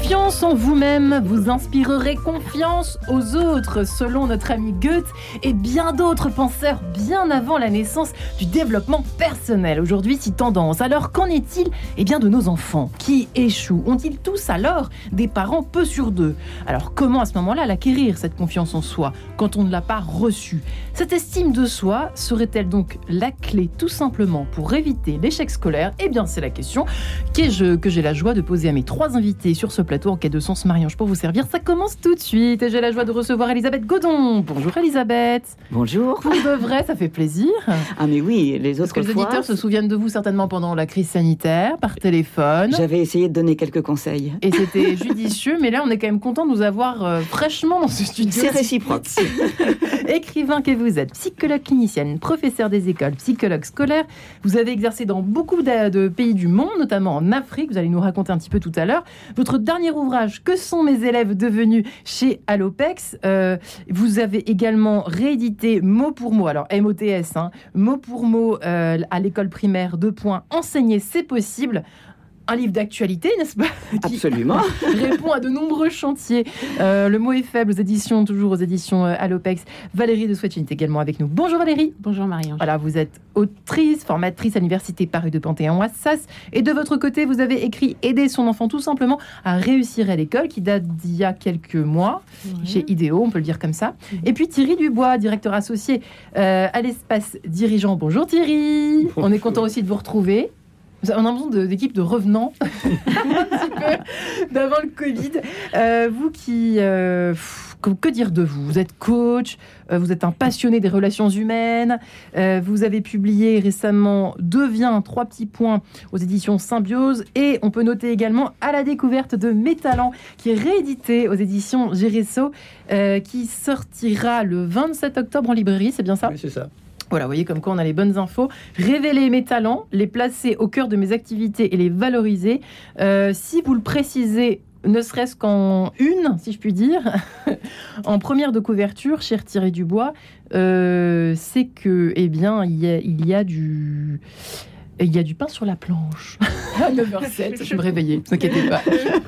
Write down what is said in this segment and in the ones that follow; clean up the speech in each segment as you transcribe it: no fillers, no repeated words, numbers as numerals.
Confiance en vous-même, vous inspirerez confiance aux autres, selon notre ami Goethe et bien d'autres penseurs bien avant la naissance du développement personnel. Aujourd'hui, si tendance. Alors, qu'en est-il de nos enfants qui échouent? Ont-ils tous alors des parents peu sur deux? Alors, comment à ce moment-là l'acquérir, cette confiance en soi, quand on ne l'a pas reçue? Cette estime de soi serait-elle donc la clé, tout simplement, pour éviter l'échec scolaire? Eh bien, c'est la question que j'ai la joie de poser à mes trois invités sur ce plateau en quête de sens. Marie-Ange pour vous servir. Ça commence tout de suite et j'ai la joie de recevoir Elisabeth Godon. Bonjour Elisabeth. Bonjour. Pour de vrai, ça fait plaisir. Ah mais oui, les autres fois... Parce que les auditeurs se souviennent de vous certainement pendant la crise sanitaire, par téléphone. J'avais essayé de donner quelques conseils. Et c'était judicieux, mais là on est quand même content de vous avoir fraîchement dans ce studio. C'est réciproque. Écrivain que vous êtes, psychologue clinicienne, professeur des écoles, psychologue scolaire. Vous avez exercé dans beaucoup de pays du monde, notamment en Afrique. Vous allez nous raconter un petit peu tout à l'heure. Votre dernier ouvrage, Que sont mes élèves devenus, chez Allopex. Vous avez également réédité mot pour mot, alors MOTS, mot pour mot à l'école primaire, enseigner c'est possible. Un livre d'actualité, n'est-ce pas? Absolument. Répond à de nombreux chantiers. Le mot est faible toujours aux éditions Allopex. Valérie de Swetchin est également avec nous. Bonjour Valérie. Bonjour Marie-Ange. Voilà, vous êtes autrice, formatrice à l'université Paris de Panthéon-Assas. Et de votre côté, vous avez écrit Aider son enfant tout simplement à réussir à l'école, qui date d'il y a quelques mois, chez Idéo, on peut le dire comme ça. Et puis Thierry Dubois, directeur associé à l'Espace Dirigeant. Bonjour Thierry. Bonjour. On est content aussi de vous retrouver. On a l'impression d'équipe de revenants, un petit peu d'avant le Covid. Vous qui... que dire de vous? Vous êtes coach, vous êtes un passionné des relations humaines, vous avez publié récemment Deviens, 3 petits points aux éditions Symbiose, et on peut noter également À la découverte de mes talents, qui est réédité aux éditions Géresso, qui sortira le 27 octobre en librairie, c'est bien ça? Oui, c'est ça. Voilà, vous voyez comme quoi on a les bonnes infos. Révéler mes talents, les placer au cœur de mes activités et les valoriser. Si vous le précisez, ne serait-ce qu'en une, si je puis dire, en première de couverture, cher Thierry Dubois, c'est que, il y a du pain sur la planche. À 9h07, je me réveillais, ne vous inquiétez pas.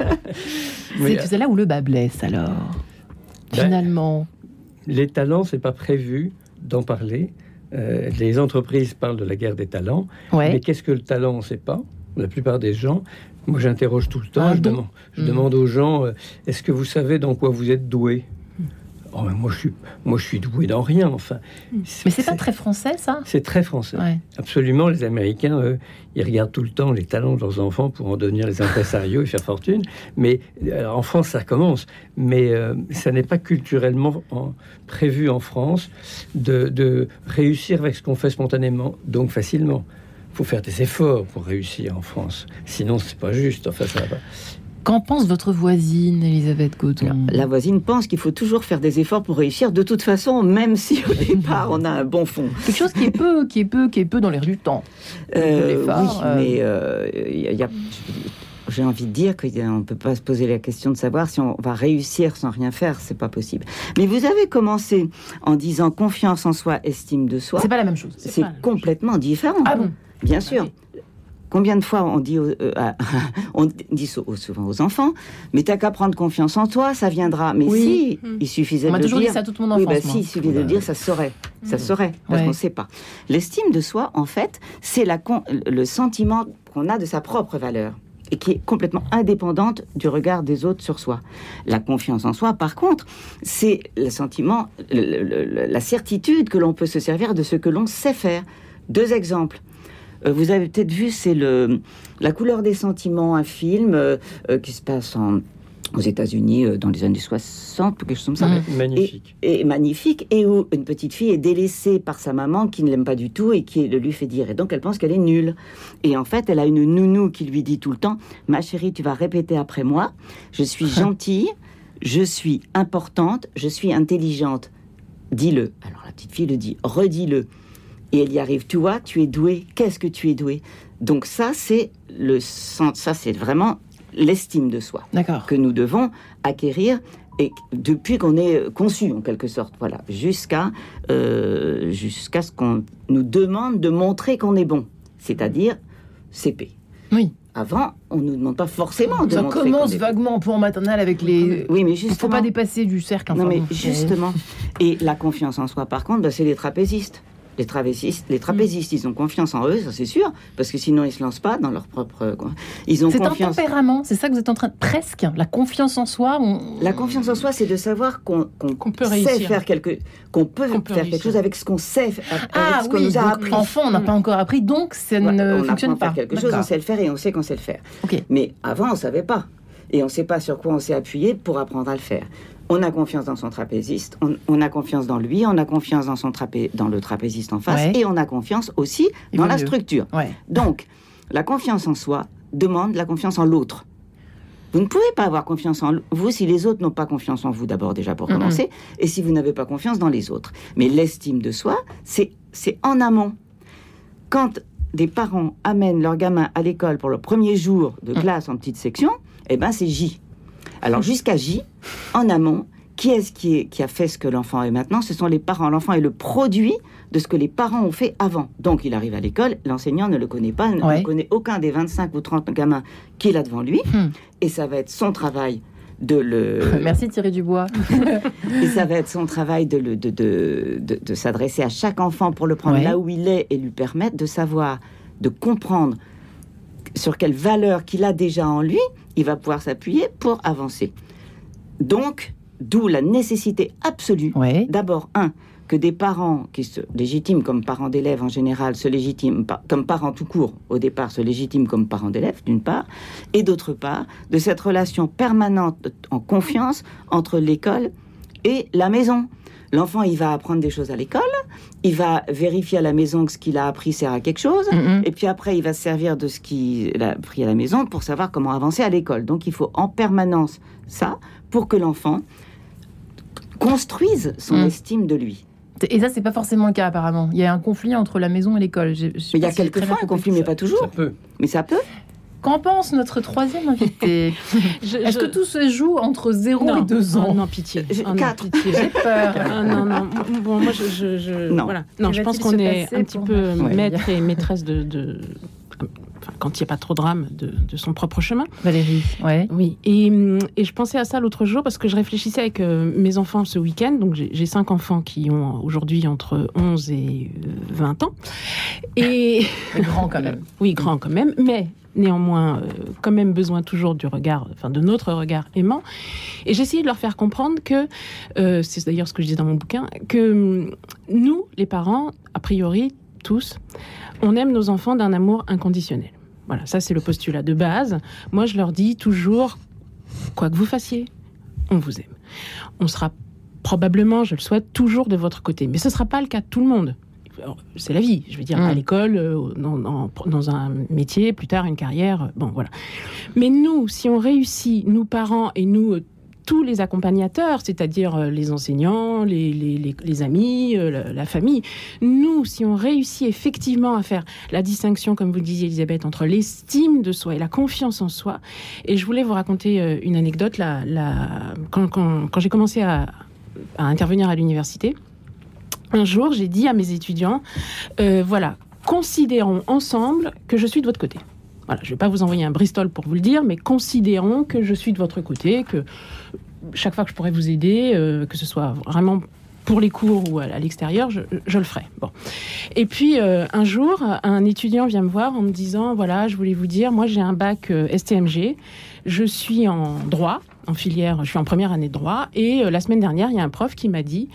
C'est là où le bas blesse, alors. Finalement. Les talents, c'est pas prévu d'en parler. Les entreprises parlent de la guerre des talents, mais qu'est-ce que le talent? On ne sait pas. La plupart des gens, moi j'interroge tout le temps, je demande aux gens, est-ce que vous savez dans quoi vous êtes doué? Oh, moi je suis doué dans rien, enfin. Mais c'est pas très français, ça? C'est très français, absolument. Les Américains, eux, ils regardent tout le temps les talents de leurs enfants pour en devenir les impresarios et faire fortune. Mais en France, ça commence. Mais ça n'est pas culturellement prévu en France de réussir avec ce qu'on fait spontanément, donc facilement. Il faut faire des efforts pour réussir en France. Sinon, c'est pas juste. Enfin, ça va pas. Qu'en pense votre voisine, Elisabeth Godon? La voisine pense qu'il faut toujours faire des efforts pour réussir, de toute façon, même si au départ on a un bon fond. Quelque chose qui est peu dans l'air du temps. Mais j'ai envie de dire qu'on ne peut pas se poser la question de savoir si on va réussir sans rien faire, c'est pas possible. Mais vous avez commencé en disant confiance en soi, estime de soi. C'est pas la même chose. C'est complètement différent. Ah bon? Bien sûr. Combien de fois on dit souvent aux enfants, mais t'as qu'à prendre confiance en toi, ça viendra. Mais si, il suffisait de le dire. On m'a toujours dit ça toute mon enfance. Il suffit de le dire, ça saurait. Ça saurait, parce qu'on ne sait pas. L'estime de soi, en fait, c'est le sentiment qu'on a de sa propre valeur, et qui est complètement indépendante du regard des autres sur soi. La confiance en soi, par contre, c'est le sentiment, la certitude que l'on peut se servir de ce que l'on sait faire. 2 exemples. Vous avez peut-être vu, c'est La couleur des sentiments, un film qui se passe aux États-Unis dans les années 60, quelque chose comme ça. Magnifique. Et magnifique, et où une petite fille est délaissée par sa maman qui ne l'aime pas du tout et qui le lui fait dire. Et donc elle pense qu'elle est nulle. Et en fait, elle a une nounou qui lui dit tout le temps, ma chérie, tu vas répéter après moi, je suis gentille, je suis importante, je suis intelligente. Dis-le. Alors la petite fille le dit, redis-le. Et elle y arrive, tu vois, tu es douée. Qu'est-ce que tu es douée? Donc ça, c'est vraiment l'estime de soi. D'accord. Que nous devons acquérir et depuis qu'on est conçu, en quelque sorte, voilà, jusqu'à ce qu'on nous demande de montrer qu'on est bon, c'est-à-dire CP. Oui. Avant, on ne nous demande pas forcément de Ça montrer commence vaguement pour en maternelle avec les... Oui, mais Il justement... ne faut pas dépasser du cercle. Non, mais justement. Et la confiance en soi, par contre, c'est les trapézistes. Les trapézistes, ils ont confiance en eux, ça c'est sûr, parce que sinon ils se lancent pas dans leur propre. Ils ont c'est confiance. un tempérament, c'est ça que vous êtes en train de presque. La confiance en soi. La confiance en soi, c'est de savoir qu'on peut réussir, faire quelque chose avec ce qu'on sait, avec ce qu'on nous a appris. Enfant, on n'a pas encore appris, donc ça ne fonctionne pas. On apprend à faire quelque chose, on sait le faire et on sait qu'on sait le faire. Okay. Mais avant, on savait pas, et on sait pas sur quoi on s'est appuyé pour apprendre à le faire. On a confiance dans son trapéziste, on a confiance dans lui, on a confiance dans le trapéziste en face, et on a confiance aussi dans la structure. Ouais. Donc, la confiance en soi demande la confiance en l'autre. Vous ne pouvez pas avoir confiance en vous si les autres n'ont pas confiance en vous, d'abord déjà pour commencer, et si vous n'avez pas confiance dans les autres. Mais l'estime de soi, c'est en amont. Quand des parents amènent leur gamin à l'école pour le premier jour de classe en petite section, eh ben c'est J. Alors, jusqu'à J, en amont, qui est-ce qui a fait ce que l'enfant est maintenant ? Ce sont les parents. L'enfant est le produit de ce que les parents ont fait avant. Donc, il arrive à l'école, l'enseignant ne le connaît pas, ne connaît aucun des 25 ou 30 gamins qu'il a devant lui. Et ça va être son travail de le... Merci Thierry Dubois. Et ça va être son travail de s'adresser à chaque enfant pour le prendre là où il est et lui permettre de savoir, de comprendre sur quelle valeur qu'il a déjà en lui, il va pouvoir s'appuyer pour avancer. Donc, d'où la nécessité absolue, d'abord, que des parents qui se légitiment comme parents d'élèves en général, se légitiment comme parents tout court, au départ, se légitiment comme parents d'élèves, d'une part, et d'autre part, de cette relation permanente en confiance entre l'école et la maison. L'enfant, il va apprendre des choses à l'école, il va vérifier à la maison que ce qu'il a appris sert à quelque chose, et puis après, il va se servir de ce qu'il a appris à la maison pour savoir comment avancer à l'école. Donc, il faut en permanence ça pour que l'enfant construise son estime de lui. Et ça, c'est pas forcément le cas, apparemment. Il y a un conflit entre la maison et l'école. Mais il y a quelquefois un conflit, mais pas toujours. Ça peut. Mais ça peut. Qu'en pense notre troisième invité ? Est-ce que tout se joue entre 0 et 2 ans ? Non, pitié. 4. Pitié. J'ai peur. Non. Bon, moi, Non. Voilà. Non, je pense qu'on est un petit peu maître et maîtresse de quand il n'y a pas trop de drame, de son propre chemin. Valérie, Oui, et je pensais à ça l'autre jour parce que je réfléchissais avec mes enfants ce week-end. Donc j'ai 5 enfants qui ont aujourd'hui entre 11 et 20 ans. Et grand quand même. Oui, grand quand même, mais néanmoins quand même besoin toujours du regard, de notre regard aimant. Et j'essayais de leur faire comprendre que, c'est d'ailleurs ce que je dis dans mon bouquin, que nous, les parents, a priori, tous, on aime nos enfants d'un amour inconditionnel. Voilà, ça c'est le postulat de base. Moi, je leur dis toujours, quoi que vous fassiez, on vous aime. On sera probablement, je le souhaite, toujours de votre côté. Mais ce ne sera pas le cas de tout le monde. Alors, c'est la vie, je veux dire, à l'école, dans un métier, plus tard une carrière, bon voilà. Mais nous, si on réussit, nous parents et nous, tous les accompagnateurs, c'est-à-dire les enseignants, les amis, la famille, nous, si on réussit effectivement à faire la distinction, comme vous le disiez Elisabeth, entre l'estime de soi et la confiance en soi, et je voulais vous raconter une anecdote, quand j'ai commencé à intervenir à l'université, un jour, j'ai dit à mes étudiants, voilà, considérons ensemble que je suis de votre côté. Voilà, je ne vais pas vous envoyer un Bristol pour vous le dire, mais considérons que je suis de votre côté, que chaque fois que je pourrais vous aider, que ce soit vraiment pour les cours ou à l'extérieur, je le ferai. Bon. Et puis, un jour, un étudiant vient me voir en me disant, voilà, je voulais vous dire, moi j'ai un bac STMG, je suis en droit, en filière, je suis en première année de droit, et la semaine dernière, il y a un prof qui m'a dit,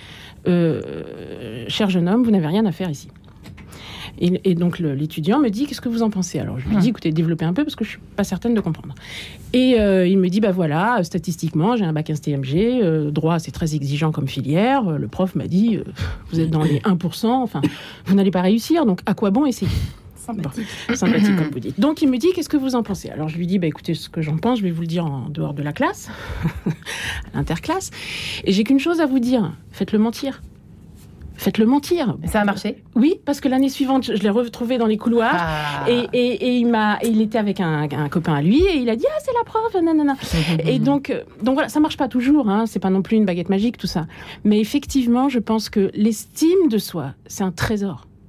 cher jeune homme, vous n'avez rien à faire ici. Et donc l'étudiant me dit, qu'est-ce que vous en pensez ? Alors je lui dis, écoutez, développez un peu parce que je ne suis pas certaine de comprendre. Et il me dit, voilà, statistiquement, j'ai un bac STMG, droit c'est très exigeant comme filière, le prof m'a dit, vous êtes dans les 1%, enfin, vous n'allez pas réussir, donc à quoi bon essayer ? Sympathique. Bon, sympathique comme vous dites. Donc il me dit, qu'est-ce que vous en pensez ? Alors je lui dis, écoutez, ce que j'en pense, je vais vous le dire en dehors de la classe, à l'interclasse, et j'ai qu'une chose à vous dire, faites-le mentir. Faites-le mentir. Ça a marché ? Oui, parce que l'année suivante, je l'ai retrouvé dans les couloirs et il était avec un copain à lui et il a dit c'est la prof, nanana. Et donc voilà, ça marche pas toujours, hein, c'est pas non plus une baguette magique tout ça. Mais effectivement, je pense que l'estime de soi, c'est un trésor.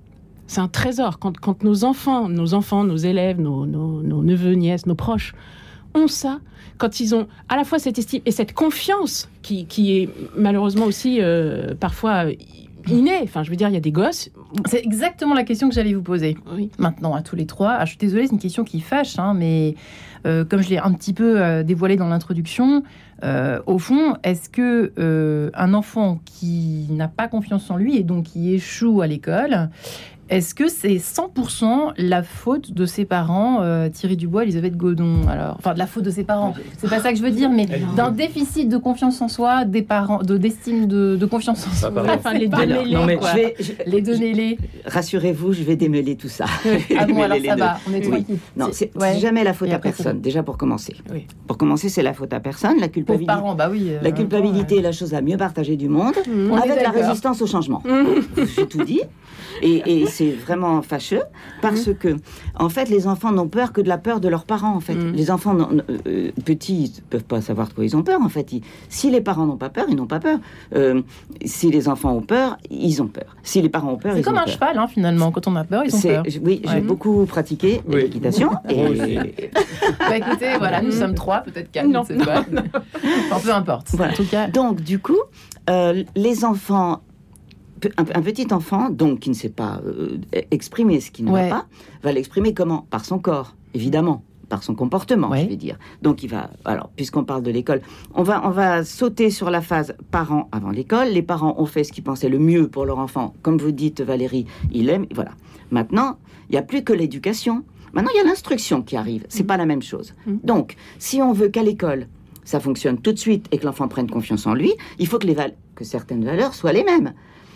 C'est un trésor. Quand nos enfants, nos élèves, nos neveux, nièces, nos proches ont ça, quand ils ont à la fois cette estime et cette confiance qui est malheureusement aussi parfois innée. Enfin, je veux dire, il y a des gosses. C'est exactement la question que j'allais vous poser. Oui. Maintenant, à tous les trois. Ah, je suis désolée, c'est une question qui fâche, mais comme je l'ai un petit peu dévoilé dans l'introduction, au fond, est-ce que un enfant qui n'a pas confiance en lui et donc qui échoue à l'école, est-ce que c'est 100% la faute de ses parents, Thierry Dubois, Elisabeth Godon? Alors, enfin, de la faute de ses parents, c'est pas ça que je veux dire, mais d'un déficit de confiance en soi, des parents, d'estime de confiance en soi. Enfin, les deux mêlés, quoi. Les deux mêlés. Rassurez-vous, je vais démêler tout ça. Ah bon, alors ça va, on est tranquille. Non, c'est jamais la faute à personne, déjà pour commencer. Oui. Pour commencer, c'est la faute à personne. La culpabilité, parents, bah oui, la culpabilité est la chose la mieux partagée du monde, avec la résistance au changement. J'ai tout dit. Et c'est vraiment fâcheux parce que, en fait, les enfants n'ont peur que de la peur de leurs parents. En fait, les enfants petits ne peuvent pas savoir de quoi ils ont peur. En fait, si les parents n'ont pas peur, ils n'ont pas peur. Si les enfants ont peur, ils ont peur. Si les parents ont peur, ils ont peur. C'est comme un cheval, finalement. Quand on a peur, ils ont peur. Oui, j'ai beaucoup pratiqué l'équitation. Bah, écoutez, voilà, nous sommes 3, peut-être 4, non, je ne sais pas. Enfin, peu importe. Voilà. En tout cas. Donc, du coup, les enfants. Un petit enfant, donc, qui ne sait pas exprimer ce qu'il ne va pas, va l'exprimer comment? Par son corps, évidemment, par son comportement, je vais dire. Donc, il va... Alors, puisqu'on parle de l'école, on va sauter sur la phase parents avant l'école. Les parents ont fait ce qu'ils pensaient le mieux pour leur enfant. Comme vous dites, Valérie, il aime... Voilà. Maintenant, il n'y a plus que l'éducation. Maintenant, il y a l'instruction qui arrive. C'est pas la même chose. Donc, si on veut qu'à l'école, ça fonctionne tout de suite et que l'enfant prenne confiance en lui, il faut que certaines valeurs soient les mêmes.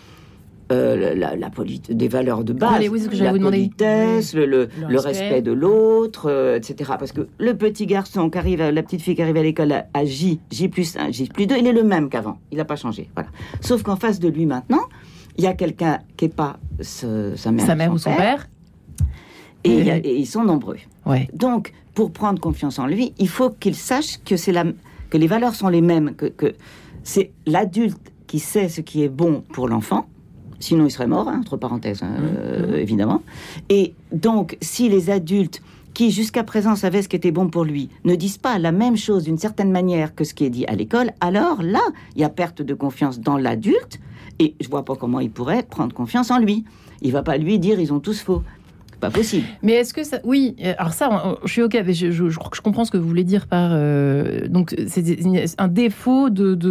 Des valeurs de base, la politesse, le respect de l'autre, etc. Parce que le petit garçon qui arrive, la petite fille qui arrive à l'école à J+1, J+2, il est le même qu'avant. Il n'a pas changé. Voilà. Sauf qu'en face de lui maintenant, il y a quelqu'un qui n'est pas sa mère ou son père. Et ils sont nombreux. Ouais. Donc, pour prendre confiance en lui, il faut qu'il sache que que les valeurs sont les mêmes, que c'est l'adulte qui sait ce qui est bon pour l'enfant. Sinon, il serait mort, entre parenthèses, évidemment. Et donc, si les adultes qui, jusqu'à présent, savaient ce qui était bon pour lui, ne disent pas la même chose d'une certaine manière que ce qui est dit à l'école, alors là, il y a perte de confiance dans l'adulte, et je vois pas comment il pourrait prendre confiance en lui. Il va pas lui dire, ils ont tous faux. C'est pas possible. Mais est-ce que ça... Oui, alors ça, je suis OK, mais je crois que je comprends ce que vous voulez dire par... Donc, c'est un défaut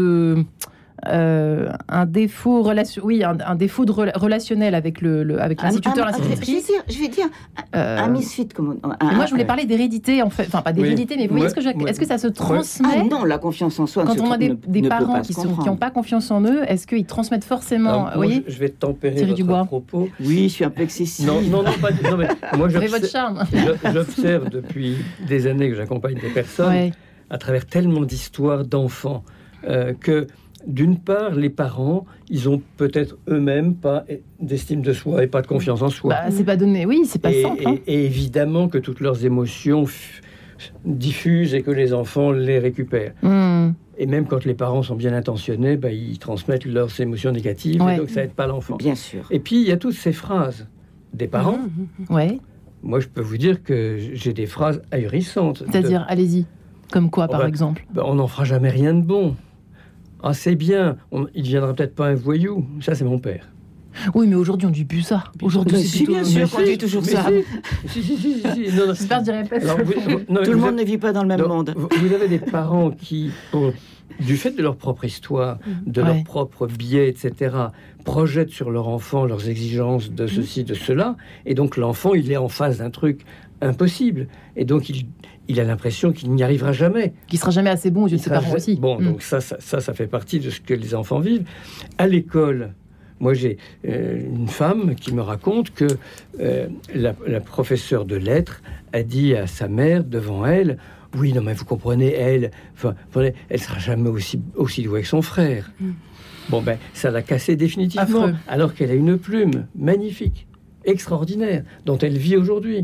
un défaut relationnel avec l'instituteur, l'institutrice. Je vais dire un misfit. Moi, je voulais parler d'hérédité, en fait. Enfin, pas d'hérédité, mais vous voyez est-ce que ça se transmet? Non, la confiance en soi. Quand on a des parents qui n'ont pas confiance en eux, est-ce qu'ils transmettent forcément? Alors, moi, je vais tempérer votre propos. Oui, je suis un peu excessif. Non, mais moi, votre charme. J'observe depuis des années que j'accompagne des personnes à travers tellement d'histoires d'enfants que d'une part, les parents, ils ont peut-être eux-mêmes pas d'estime de soi et pas de confiance en soi. C'est pas donné, oui, c'est pas simple. Et évidemment que toutes leurs émotions diffusent et que les enfants les récupèrent. Et même quand les parents sont bien intentionnés, ils transmettent leurs émotions négatives, et donc ça aide pas l'enfant. Bien sûr. Et puis, il y a toutes ces phrases des parents. Moi, je peux vous dire que j'ai des phrases ahurissantes. C'est-à-dire, allez-y, comme quoi, par exemple? On n'en fera jamais rien de bon. Ah, c'est bien, il ne viendra peut-être pas un voyou. Ça, c'est mon père. Oui, mais aujourd'hui, on ne dit plus ça. Aujourd'hui, c'est plutôt... bien sûr, on dit toujours ça. J'espère que je dirais pas ça. Tout le monde ne vit pas dans le même monde. Vous avez des parents qui, du fait de leur propre histoire, de leur propre biais, etc., projettent sur leur enfant leurs exigences de ceci, de cela, et donc l'enfant, il est en face d'un truc impossible. Et donc, il a l'impression qu'il n'y arrivera jamais. Qu'il ne sera jamais assez bon aux yeux de ses parents aussi. Bon, donc ça fait partie de ce que les enfants vivent. À l'école, moi j'ai une femme qui me raconte que la professeure de lettres a dit à sa mère devant elle, oui, non mais vous comprenez, elle sera jamais aussi douée que son frère. Bon ça l'a cassé définitivement. Affreux. Alors qu'elle a une plume magnifique, extraordinaire, dont elle vit aujourd'hui.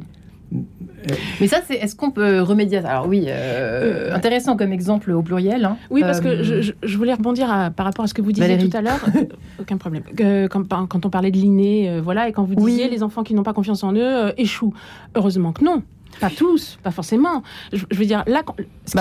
Mais ça, est-ce qu'on peut remédier à ça? Alors oui, intéressant comme exemple au pluriel. Hein. Oui, parce que je voulais rebondir par rapport à ce que vous disiez Valérie. tout à l'heure. Aucun problème. Quand on parlait de l'inné, voilà, et quand vous disiez les enfants qui n'ont pas confiance en eux échouent. Heureusement que non. Pas tous, pas forcément. Je veux dire, là, ce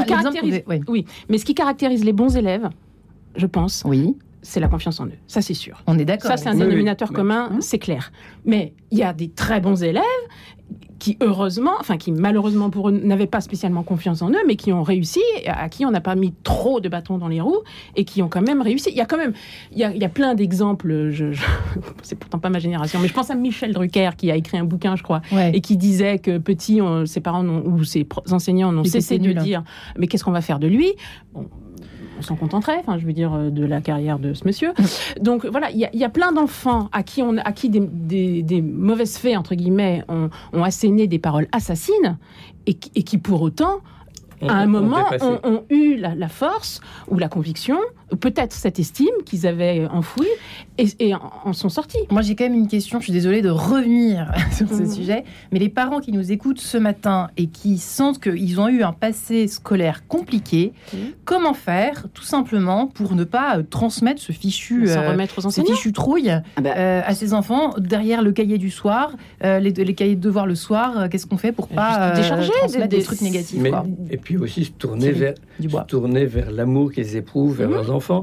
qui caractérise les bons élèves, je pense, c'est la confiance en eux. Ça, c'est sûr. On est d'accord. Ça, c'est un dénominateur commun, c'est clair. Mais il y a des très bons élèves qui malheureusement pour eux n'avaient pas spécialement confiance en eux, mais qui ont réussi, à qui on n'a pas mis trop de bâtons dans les roues, et qui ont quand même réussi. Il y a plein d'exemples, c'est pourtant pas ma génération, mais je pense à Michel Drucker, qui a écrit un bouquin, je crois, et qui disait que petit, ses parents ou ses enseignants n'ont cessé de dire « mais qu'est-ce qu'on va faire de lui ?» On s'en contenterait, de la carrière de ce monsieur. Donc voilà, il y a plein d'enfants à qui des mauvaises fées, entre guillemets, ont asséné des paroles assassines, et qui pour autant, à un moment, ont eu la force ou la conviction, ou peut-être cette estime qu'ils avaient enfouie, et en sont sortis. Moi, j'ai quand même une question, je suis désolée de revenir sur ce sujet, mais les parents qui nous écoutent ce matin et qui sentent qu'ils ont eu un passé scolaire compliqué, comment faire, tout simplement, pour ne pas transmettre ce fichu, ce fichu trouille à ses enfants, derrière le cahier du soir, les cahiers de devoirs le soir, qu'est-ce qu'on fait pour pas transmettre des trucs négatifs, quoi. Et puis aussi se tourner vers l'amour qu'ils éprouvent vers leurs enfants.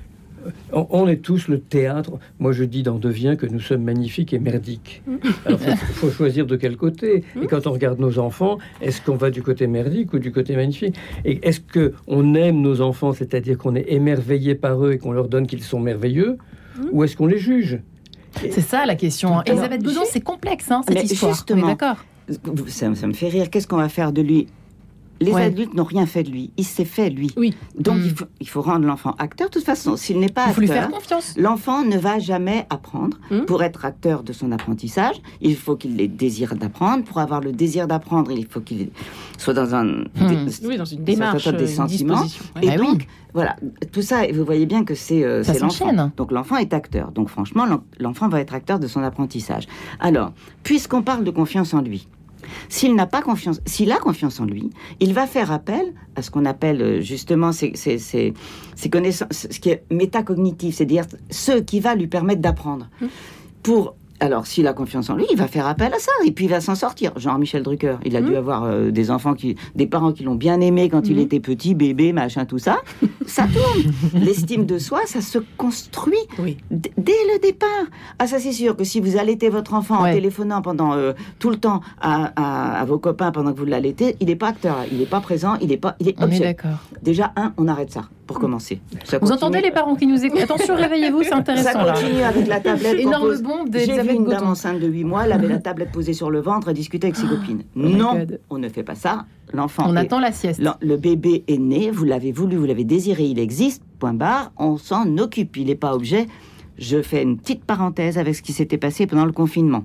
On est tous le théâtre. Moi, je dis dans Devient que nous sommes magnifiques et merdiques. Alors, il faut choisir de quel côté. Et quand on regarde nos enfants, est-ce qu'on va du côté merdique ou du côté magnifique? Et est-ce qu'on aime nos enfants, c'est-à-dire qu'on est émerveillé par eux et qu'on leur donne qu'ils sont merveilleux, ou est-ce qu'on les juge? C'est ça la question. Elisabeth Godon, c'est complexe, cette histoire. Justement, d'accord. Ça me fait rire. Qu'est-ce qu'on va faire de lui? Les adultes n'ont rien fait de lui. Il s'est fait, lui. Oui. Donc, il faut rendre l'enfant acteur. De toute façon, s'il n'est pas acteur, il faut lui faire confiance. L'enfant ne va jamais apprendre. Pour être acteur de son apprentissage, il faut qu'il ait désir d'apprendre. Pour avoir le désir d'apprendre, il faut qu'il soit dans dans une démarche, des sentiments. Et donc, voilà, tout ça, vous voyez bien que c'est l'enfant. Donc, l'enfant est acteur. Donc, franchement, l'enfant va être acteur de son apprentissage. Alors, puisqu'on parle de confiance en lui, s'il a confiance en lui, il va faire appel à ce qu'on appelle justement ces connaissances, ce qui est métacognitif, c'est-à-dire ce qui va lui permettre d'apprendre. Alors, s'il a confiance en lui, il va faire appel à ça, et puis il va s'en sortir. Genre Michel Drucker, il a dû avoir des parents qui l'ont bien aimé quand il était petit, bébé, machin, tout ça. Ça tourne. L'estime de soi, ça se construit dès le départ. Ah, ça c'est sûr que si vous allaitez votre enfant en téléphonant pendant tout le temps à vos copains pendant que vous l'allaitez, il n'est pas acteur, il n'est pas présent, il est objet. On est d'accord. Déjà, on arrête ça, pour commencer. Vous entendez les parents qui nous écoutent? Attention, réveillez-vous, c'est intéressant. Ça continue avec la tablette. Énorme bombe J'ai vu une dame enceinte de 8 mois, elle avait la tablette posée sur le ventre, elle discutait avec ses copines. Non, on ne fait pas ça. L'enfant attend la sieste. Le bébé est né, vous l'avez voulu, vous l'avez désiré, il existe, point barre, on s'en occupe, il n'est pas objet. Je fais une petite parenthèse avec ce qui s'était passé pendant le confinement.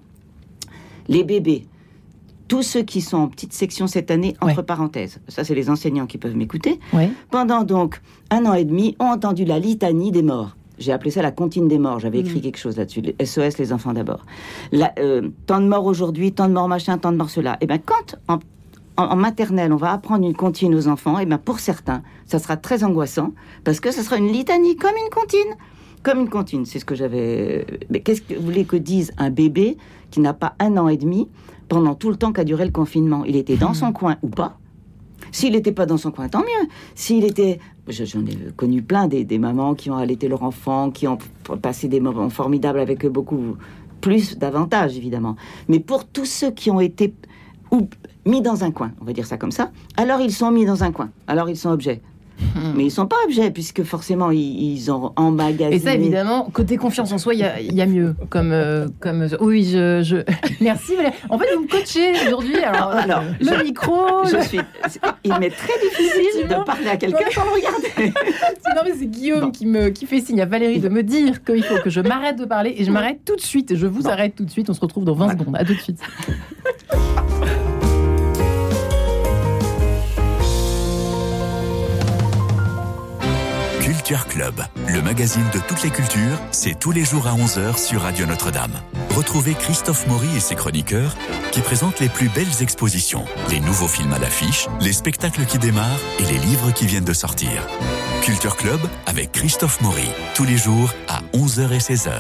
Les bébés, tous ceux qui sont en petite section cette année, entre parenthèses, ça c'est les enseignants qui peuvent m'écouter, pendant donc 1 an et demi, ont entendu la litanie des morts. J'ai appelé ça la comptine des morts. J'avais écrit quelque chose là-dessus. SOS, les enfants d'abord. Tant de morts aujourd'hui, tant de morts machin, tant de morts cela. Et bien, quand en maternelle, on va apprendre une comptine aux enfants, et bien pour certains, ça sera très angoissant, parce que ça sera une litanie, comme une comptine. Comme une comptine, c'est ce que j'avais... Mais qu'est-ce que vous voulez que dise un bébé qui n'a pas 1 an et demi pendant tout le temps qu'a duré le confinement? Il était dans son coin ou pas? S'il n'était pas dans son coin, tant mieux. S'il était... J'en ai connu plein des mamans qui ont allaité leur enfant, qui ont passé des moments formidables avec eux, beaucoup plus d'avantages, évidemment. Mais pour tous ceux qui ont été mis dans un coin, on va dire ça comme ça, alors ils sont mis dans un coin. Alors ils sont objets. Mais ils ne sont pas objets, puisque forcément, ils ont emmagasiné... Et ça, évidemment, côté confiance en soi, il y a mieux. Oui, Merci, Valérie. En fait, vous me coachez aujourd'hui. Alors le micro... Il m'est très difficile de parler à quelqu'un sans le regarder. Non, mais c'est Guillaume qui fait signe à Valérie de me dire qu'il faut que je m'arrête de parler. Et je m'arrête tout de suite. Je vous arrête tout de suite. On se retrouve dans 20 secondes. À tout de suite. Culture Club, le magazine de toutes les cultures, c'est tous les jours à 11h sur Radio Notre-Dame. Retrouvez Christophe Maury et ses chroniqueurs qui présentent les plus belles expositions, les nouveaux films à l'affiche, les spectacles qui démarrent et les livres qui viennent de sortir. Culture Club avec Christophe Maury, tous les jours à 11h et 16h.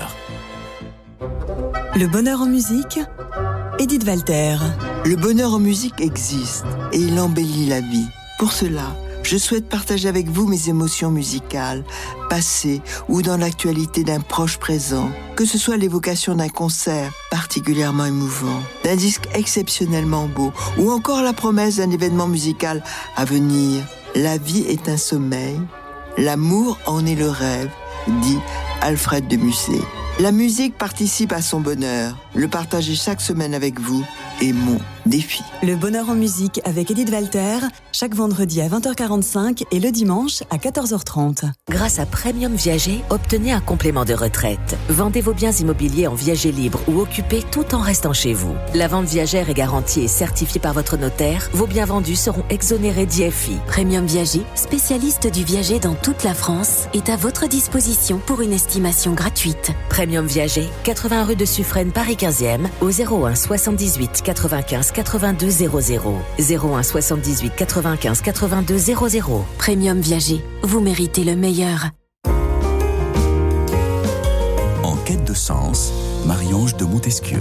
Le bonheur en musique, Edith Walter. Le bonheur en musique existe et il embellit la vie. Pour cela, je souhaite partager avec vous mes émotions musicales, passées ou dans l'actualité d'un proche présent. Que ce soit l'évocation d'un concert particulièrement émouvant, d'un disque exceptionnellement beau ou encore la promesse d'un événement musical à venir. La vie est un sommeil, l'amour en est le rêve, dit Alfred de Musset. La musique participe à son bonheur. Le partager chaque semaine avec vous est mon défi. Le bonheur en musique avec Edith Walter, chaque vendredi à 20h45 et le dimanche à 14h30. Grâce à Premium Viager, obtenez un complément de retraite. Vendez vos biens immobiliers en viager libre ou occupés tout en restant chez vous. La vente viagère est garantie et certifiée par votre notaire. Vos biens vendus seront exonérés d'IFI. Premium Viager, spécialiste du viager dans toute la France, est à votre disposition pour une estimation gratuite. Premium Viager, 80 rue de Suffren, Paris 15e, au 01 78 95 82 00. 01 78 95 82 00. Premium Viager, vous méritez le meilleur. En quête de sens, Marie-Ange de Montesquieu.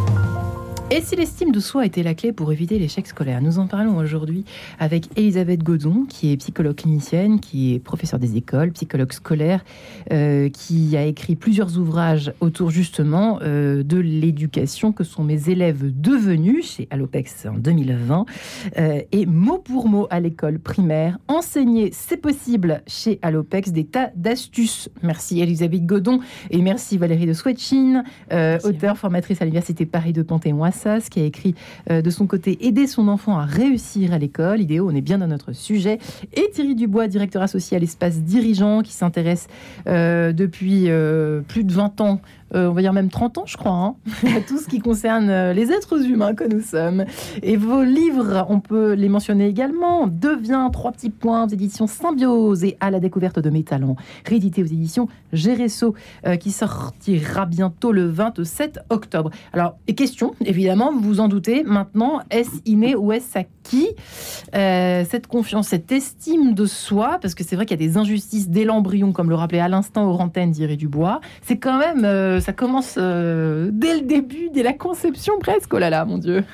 Et si l'estime de soi était la clé pour éviter l'échec scolaire? Nous en parlons aujourd'hui avec Elisabeth Godon, qui est psychologue clinicienne, qui est professeure des écoles, psychologue scolaire, qui a écrit plusieurs ouvrages autour justement de l'éducation que sont mes élèves devenus chez Allopex en 2020. Et mot pour mot à l'école primaire, enseigner c'est possible chez Allopex, des tas d'astuces. Merci Elisabeth Godon et merci Valérie de Swetchine, auteure, formatrice à l'Université Paris 2 Panthéon-Assas, qui a écrit de son côté « Aider son enfant à réussir à l'école ». Idéo, on est bien dans notre sujet. Et Thierry Dubois, directeur associé à l'Espace Dirigeant, qui s'intéresse depuis plus de 20 ans, on va dire même 30 ans, je crois, à tout ce qui concerne les êtres humains que nous sommes. Et vos livres, on peut les mentionner également. Deviens, 3 petits points, aux éditions Symbiose et À la découverte de mes talents, réédité aux éditions Géresso, qui sortira bientôt le 27 octobre. Alors, et question, évidemment, vous vous en doutez, maintenant, est-ce inné ou est-ce acquis cette confiance, cette estime de soi? Parce que c'est vrai qu'il y a des injustices dès l'embryon, comme le rappelait à l'instant aux antennes Thierry Dubois. C'est quand même... ça commence dès le début, dès la conception presque. Oh là là, mon Dieu.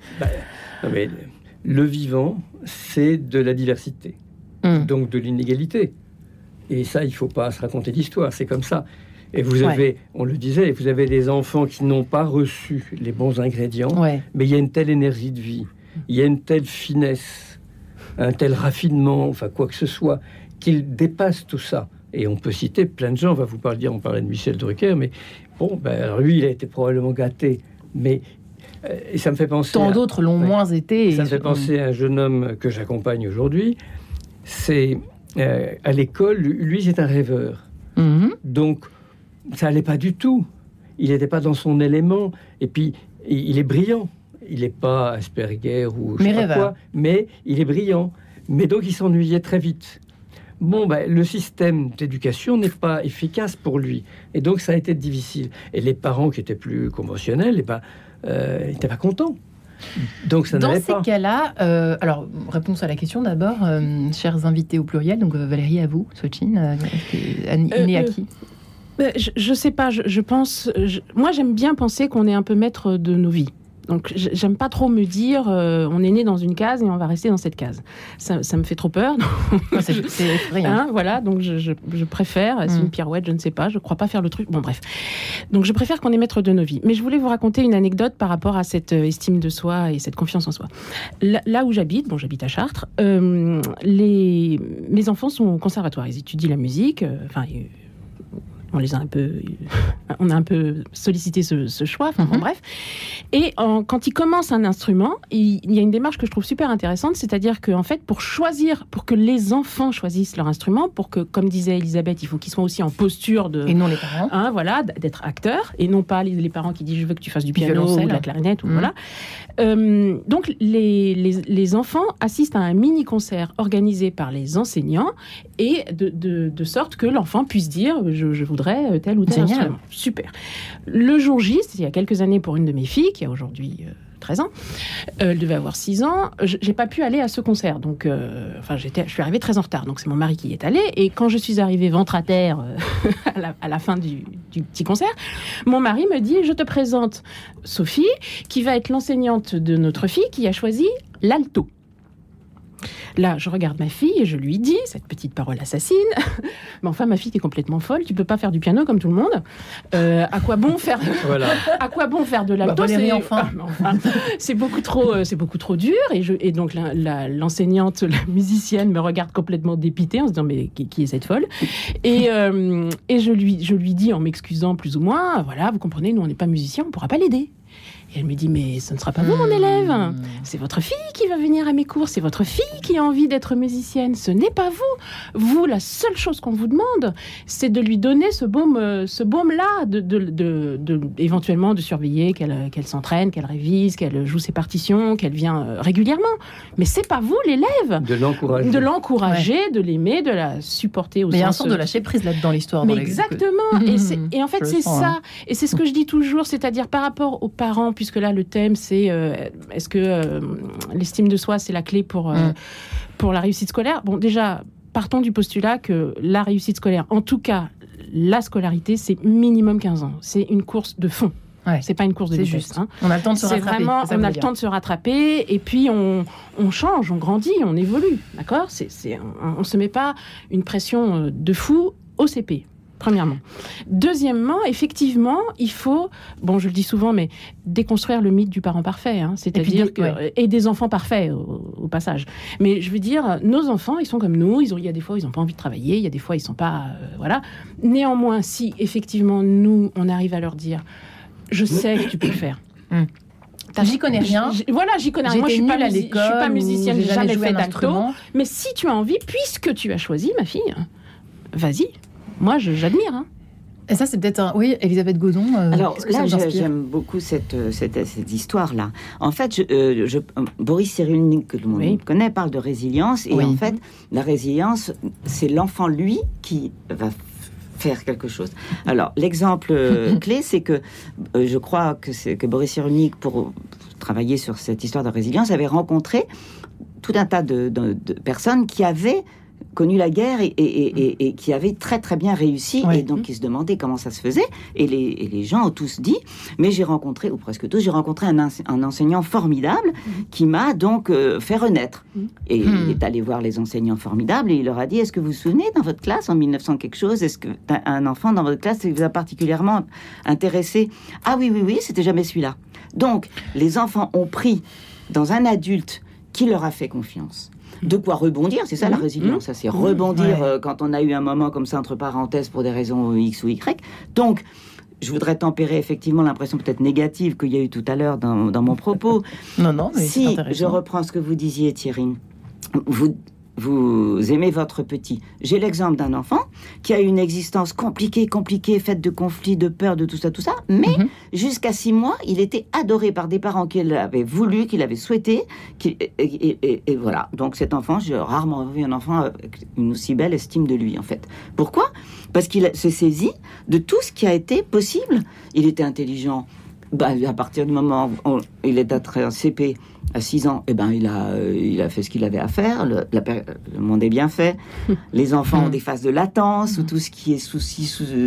Non mais, le vivant, c'est de la diversité, donc de l'inégalité. Et ça, il ne faut pas se raconter d'histoire, c'est comme ça. Et vous avez, on le disait, vous avez des enfants qui n'ont pas reçu les bons ingrédients, mais il y a une telle énergie de vie, il y a une telle finesse, un tel raffinement, enfin quoi que ce soit, qu'ils dépassent tout ça. Et on peut citer plein de gens, on parlait de Michel Drucker, mais bon, alors lui, il a été probablement gâté, mais et ça me fait penser... Tant d'autres l'ont moins été. Ça me fait penser à un jeune homme que j'accompagne aujourd'hui, c'est à l'école, lui, c'est un rêveur. Donc, ça n'allait pas du tout. Il n'était pas dans son élément, et puis, il est brillant. Il n'est pas Asperger ou je sais pas quoi, mais il est brillant. Mais donc, il s'ennuyait très vite. Bon, le système d'éducation n'est pas efficace pour lui. Et donc, ça a été difficile. Et les parents qui étaient plus conventionnels, n'étaient pas contents. Donc, ça n'allait pas. Dans ces cas-là, alors, réponse à la question d'abord, chers invités au pluriel, donc Valérie, à vous, Swetchine, inné à qui? Je sais pas, je pense... moi, j'aime bien penser qu'on est un peu maître de nos vies. Donc, j'aime pas trop me dire on est né dans une case et on va rester dans cette case. Ça me fait trop peur. C'est effrayant. Voilà, donc je préfère, c'est une pirouette, je ne sais pas, je crois pas faire le truc. Bon, bref. Donc, je préfère qu'on est maître de nos vies. Mais je voulais vous raconter une anecdote par rapport à cette estime de soi et cette confiance en soi. Là où j'habite, j'habite à Chartres, mes enfants sont au conservatoire. Ils étudient la musique, on a un peu sollicité ce choix, enfin, bon, bref. Et quand ils commencent un instrument, il y a une démarche que je trouve super intéressante, c'est-à-dire qu'en fait, pour que les enfants choisissent leur instrument, pour que, comme disait Elisabeth, il faut qu'ils soient aussi en posture de... Et non les parents. Voilà, d'être acteurs, et non pas les parents qui disent je veux que tu fasses du piano ou de la clarinette, ou voilà. Donc, les enfants assistent à un mini-concert organisé par les enseignants, et de sorte que l'enfant puisse dire je voudrais tel ou tel instrument. Super. Le jour J, c'était il y a quelques années pour une de mes filles, qui a aujourd'hui 13 ans, elle devait avoir 6 ans, j'ai pas pu aller à ce concert, donc je suis arrivée très en retard, donc c'est mon mari qui y est allé, et quand je suis arrivée ventre à terre à la fin du petit concert, mon mari me dit, je te présente Sophie, qui va être l'enseignante de notre fille, qui a choisi l'alto. Là, je regarde ma fille et je lui dis, cette petite parole assassine, mais enfin, ma fille, t'es complètement folle, tu peux pas faire du piano comme tout le monde. À quoi bon faire À quoi bon faire de l'alto? C'est beaucoup trop dur. Et donc l'enseignante, la musicienne, me regarde complètement dépitée en se disant mais qui est cette folle? Et je lui dis en m'excusant plus ou moins, voilà, vous comprenez, nous on n'est pas musiciens, on pourra pas l'aider. Et elle me dit, mais ce ne sera pas vous, mon élève. C'est votre fille qui va venir à mes cours. C'est votre fille qui a envie d'être musicienne. Ce n'est pas vous. Vous, la seule chose qu'on vous demande, c'est de lui donner ce baume-là, éventuellement de surveiller qu'elle s'entraîne, qu'elle révise, qu'elle joue ses partitions, qu'elle vient régulièrement. Mais c'est pas vous, l'élève. De l'encourager, de l'aimer, de la supporter au sens... Mais il y a un sens de lâcher prise là-dedans dans l'histoire. Mais exactement. Et en fait, c'est ça. Et c'est ce que je dis toujours, c'est-à-dire par rapport aux parents, puisque là, le thème, c'est est-ce que l'estime de soi, c'est la clé pour la réussite scolaire? Bon, déjà, partons du postulat que la réussite scolaire, en tout cas, la scolarité, c'est minimum 15 ans. C'est une course de fond. Ouais. C'est pas une course de vitesse. Juste. Hein. On a le temps de se rattraper. On a le temps de se rattraper, et puis on change, on grandit, on évolue. D'accord ? On se met pas une pression de fou au CP. Premièrement. Deuxièmement, effectivement, il faut, je le dis souvent, mais déconstruire le mythe du parent parfait. Hein, c'est-à-dire et des enfants parfaits, au passage. Mais je veux dire, nos enfants, ils sont comme nous. Il y a des fois, ils n'ont pas envie de travailler. Il y a des fois, ils ne sont pas... voilà. Néanmoins, si, effectivement, nous, on arrive à leur dire, je sais que tu peux le faire. J'y connais rien. J'y connais rien. Moi, je suis pas musicienne, j'ai jamais fait d'alto. Mais si tu as envie, puisque tu as choisi, ma fille, vas-y. Moi, j'admire. Hein. Et ça, c'est peut-être Oui, Elisabeth Godon. Alors là, j'aime beaucoup cette histoire-là. En fait, Boris Cyrulnik, que tout le monde connaît, parle de résilience. Et en fait, la résilience, c'est l'enfant, lui, qui va faire quelque chose. Alors, l'exemple clé, c'est que je crois que Boris Cyrulnik, pour travailler sur cette histoire de résilience, avait rencontré tout un tas de personnes qui avaient connu la guerre et qui avait très très bien réussi, et donc qui se demandait comment ça se faisait, et les gens ont tous dit, mais j'ai rencontré, ou presque tous, j'ai rencontré un enseignant formidable qui m'a donc fait renaître. Et il est allé voir les enseignants formidables et il leur a dit, est-ce que vous vous souvenez dans votre classe en 1900 quelque chose, est-ce qu'un enfant dans votre classe vous a particulièrement intéressé? Ah oui, c'était jamais celui-là. Donc les enfants ont pris dans un adulte qui leur a fait confiance. De quoi rebondir, c'est ça la résilience, ça c'est rebondir quand on a eu un moment comme ça entre parenthèses pour des raisons X ou Y. Donc, je voudrais tempérer effectivement l'impression peut-être négative qu'il y a eu tout à l'heure dans mon propos. Non, mais si je reprends ce que vous disiez, Thierry, vous aimez votre petit. J'ai l'exemple d'un enfant qui a eu une existence compliquée, faite de conflits, de peurs, de tout ça, mais jusqu'à 6 mois, il était adoré par des parents qui l'avaient voulu, qui l'avaient souhaité, et voilà. Donc cet enfant, j'ai rarement vu un enfant avec une aussi belle estime de lui, en fait. Pourquoi ? Parce qu'il se saisit de tout ce qui a été possible. Il était intelligent. À partir du moment où il est entré en CP à 6 ans, il a fait ce qu'il avait à faire. Le monde est bien fait. Les enfants ont des phases de latence où tout ce qui est souci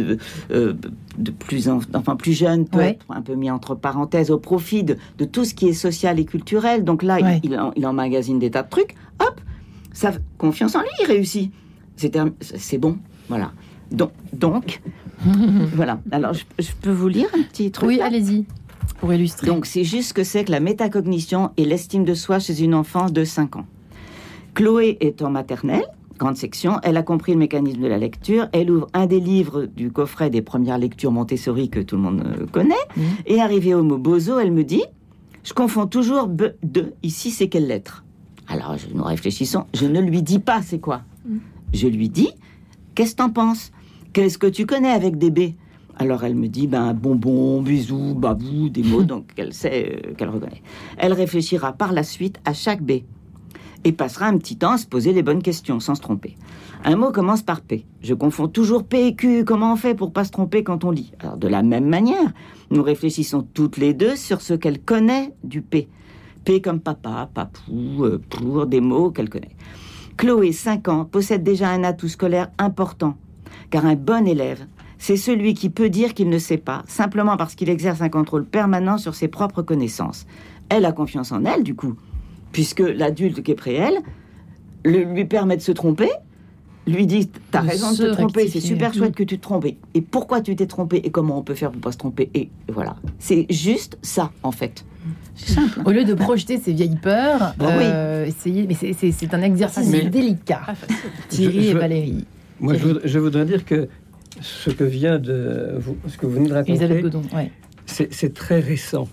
plus jeune peut être un peu mis entre parenthèses au profit de tout ce qui est social et culturel. Donc là, il emmagasine des tas de trucs. Hop, confiance en lui, il réussit. C'est bon, voilà. Donc voilà. Alors, je peux vous lire un petit truc? Oui, allez-y, pour illustrer. Donc, c'est juste ce que c'est que la métacognition et l'estime de soi chez une enfant de 5 ans. Chloé est en maternelle grande section, elle a compris le mécanisme de la lecture, elle ouvre un des livres du coffret des premières lectures Montessori que tout le monde connaît, et arrivée au mot bozo, elle me dit « Je confonds toujours de, ici c'est quelle lettre ?» Alors nous réfléchissons, je ne lui dis pas c'est quoi. Je lui dis « Qu'est-ce que t'en penses ? Qu'est-ce que tu connais avec des B ?» Alors elle me dit bonbon, bisou, babou, des mots donc qu'elle sait, qu'elle reconnaît. Elle réfléchira par la suite à chaque B et passera un petit temps à se poser les bonnes questions sans se tromper. Un mot commence par P. Je confonds toujours P et Q. Comment on fait pour pas se tromper quand on lit ? Alors de la même manière, nous réfléchissons toutes les deux sur ce qu'elle connaît du P. P comme papa, papou, pour, des mots qu'elle connaît. Chloé, 5 ans, possède déjà un atout scolaire important, car un bon élève, c'est celui qui peut dire qu'il ne sait pas, simplement parce qu'il exerce un contrôle permanent sur ses propres connaissances. Elle a confiance en elle, du coup, puisque l'adulte qui est près elle lui permet de se tromper, lui dit « T'as raison de te tromper, c'est super chouette que tu te trompes. Et pourquoi tu t'es trompé et comment on peut faire pour pas se tromper ?» Et voilà. C'est juste ça, en fait. C'est simple. Au lieu de projeter ses vieilles peurs, essayer... Mais c'est un exercice délicat. Thierry et Valérie. Moi, je voudrais dire que ce que vous venez de raconter, Elisabeth Godon, c'est très récent.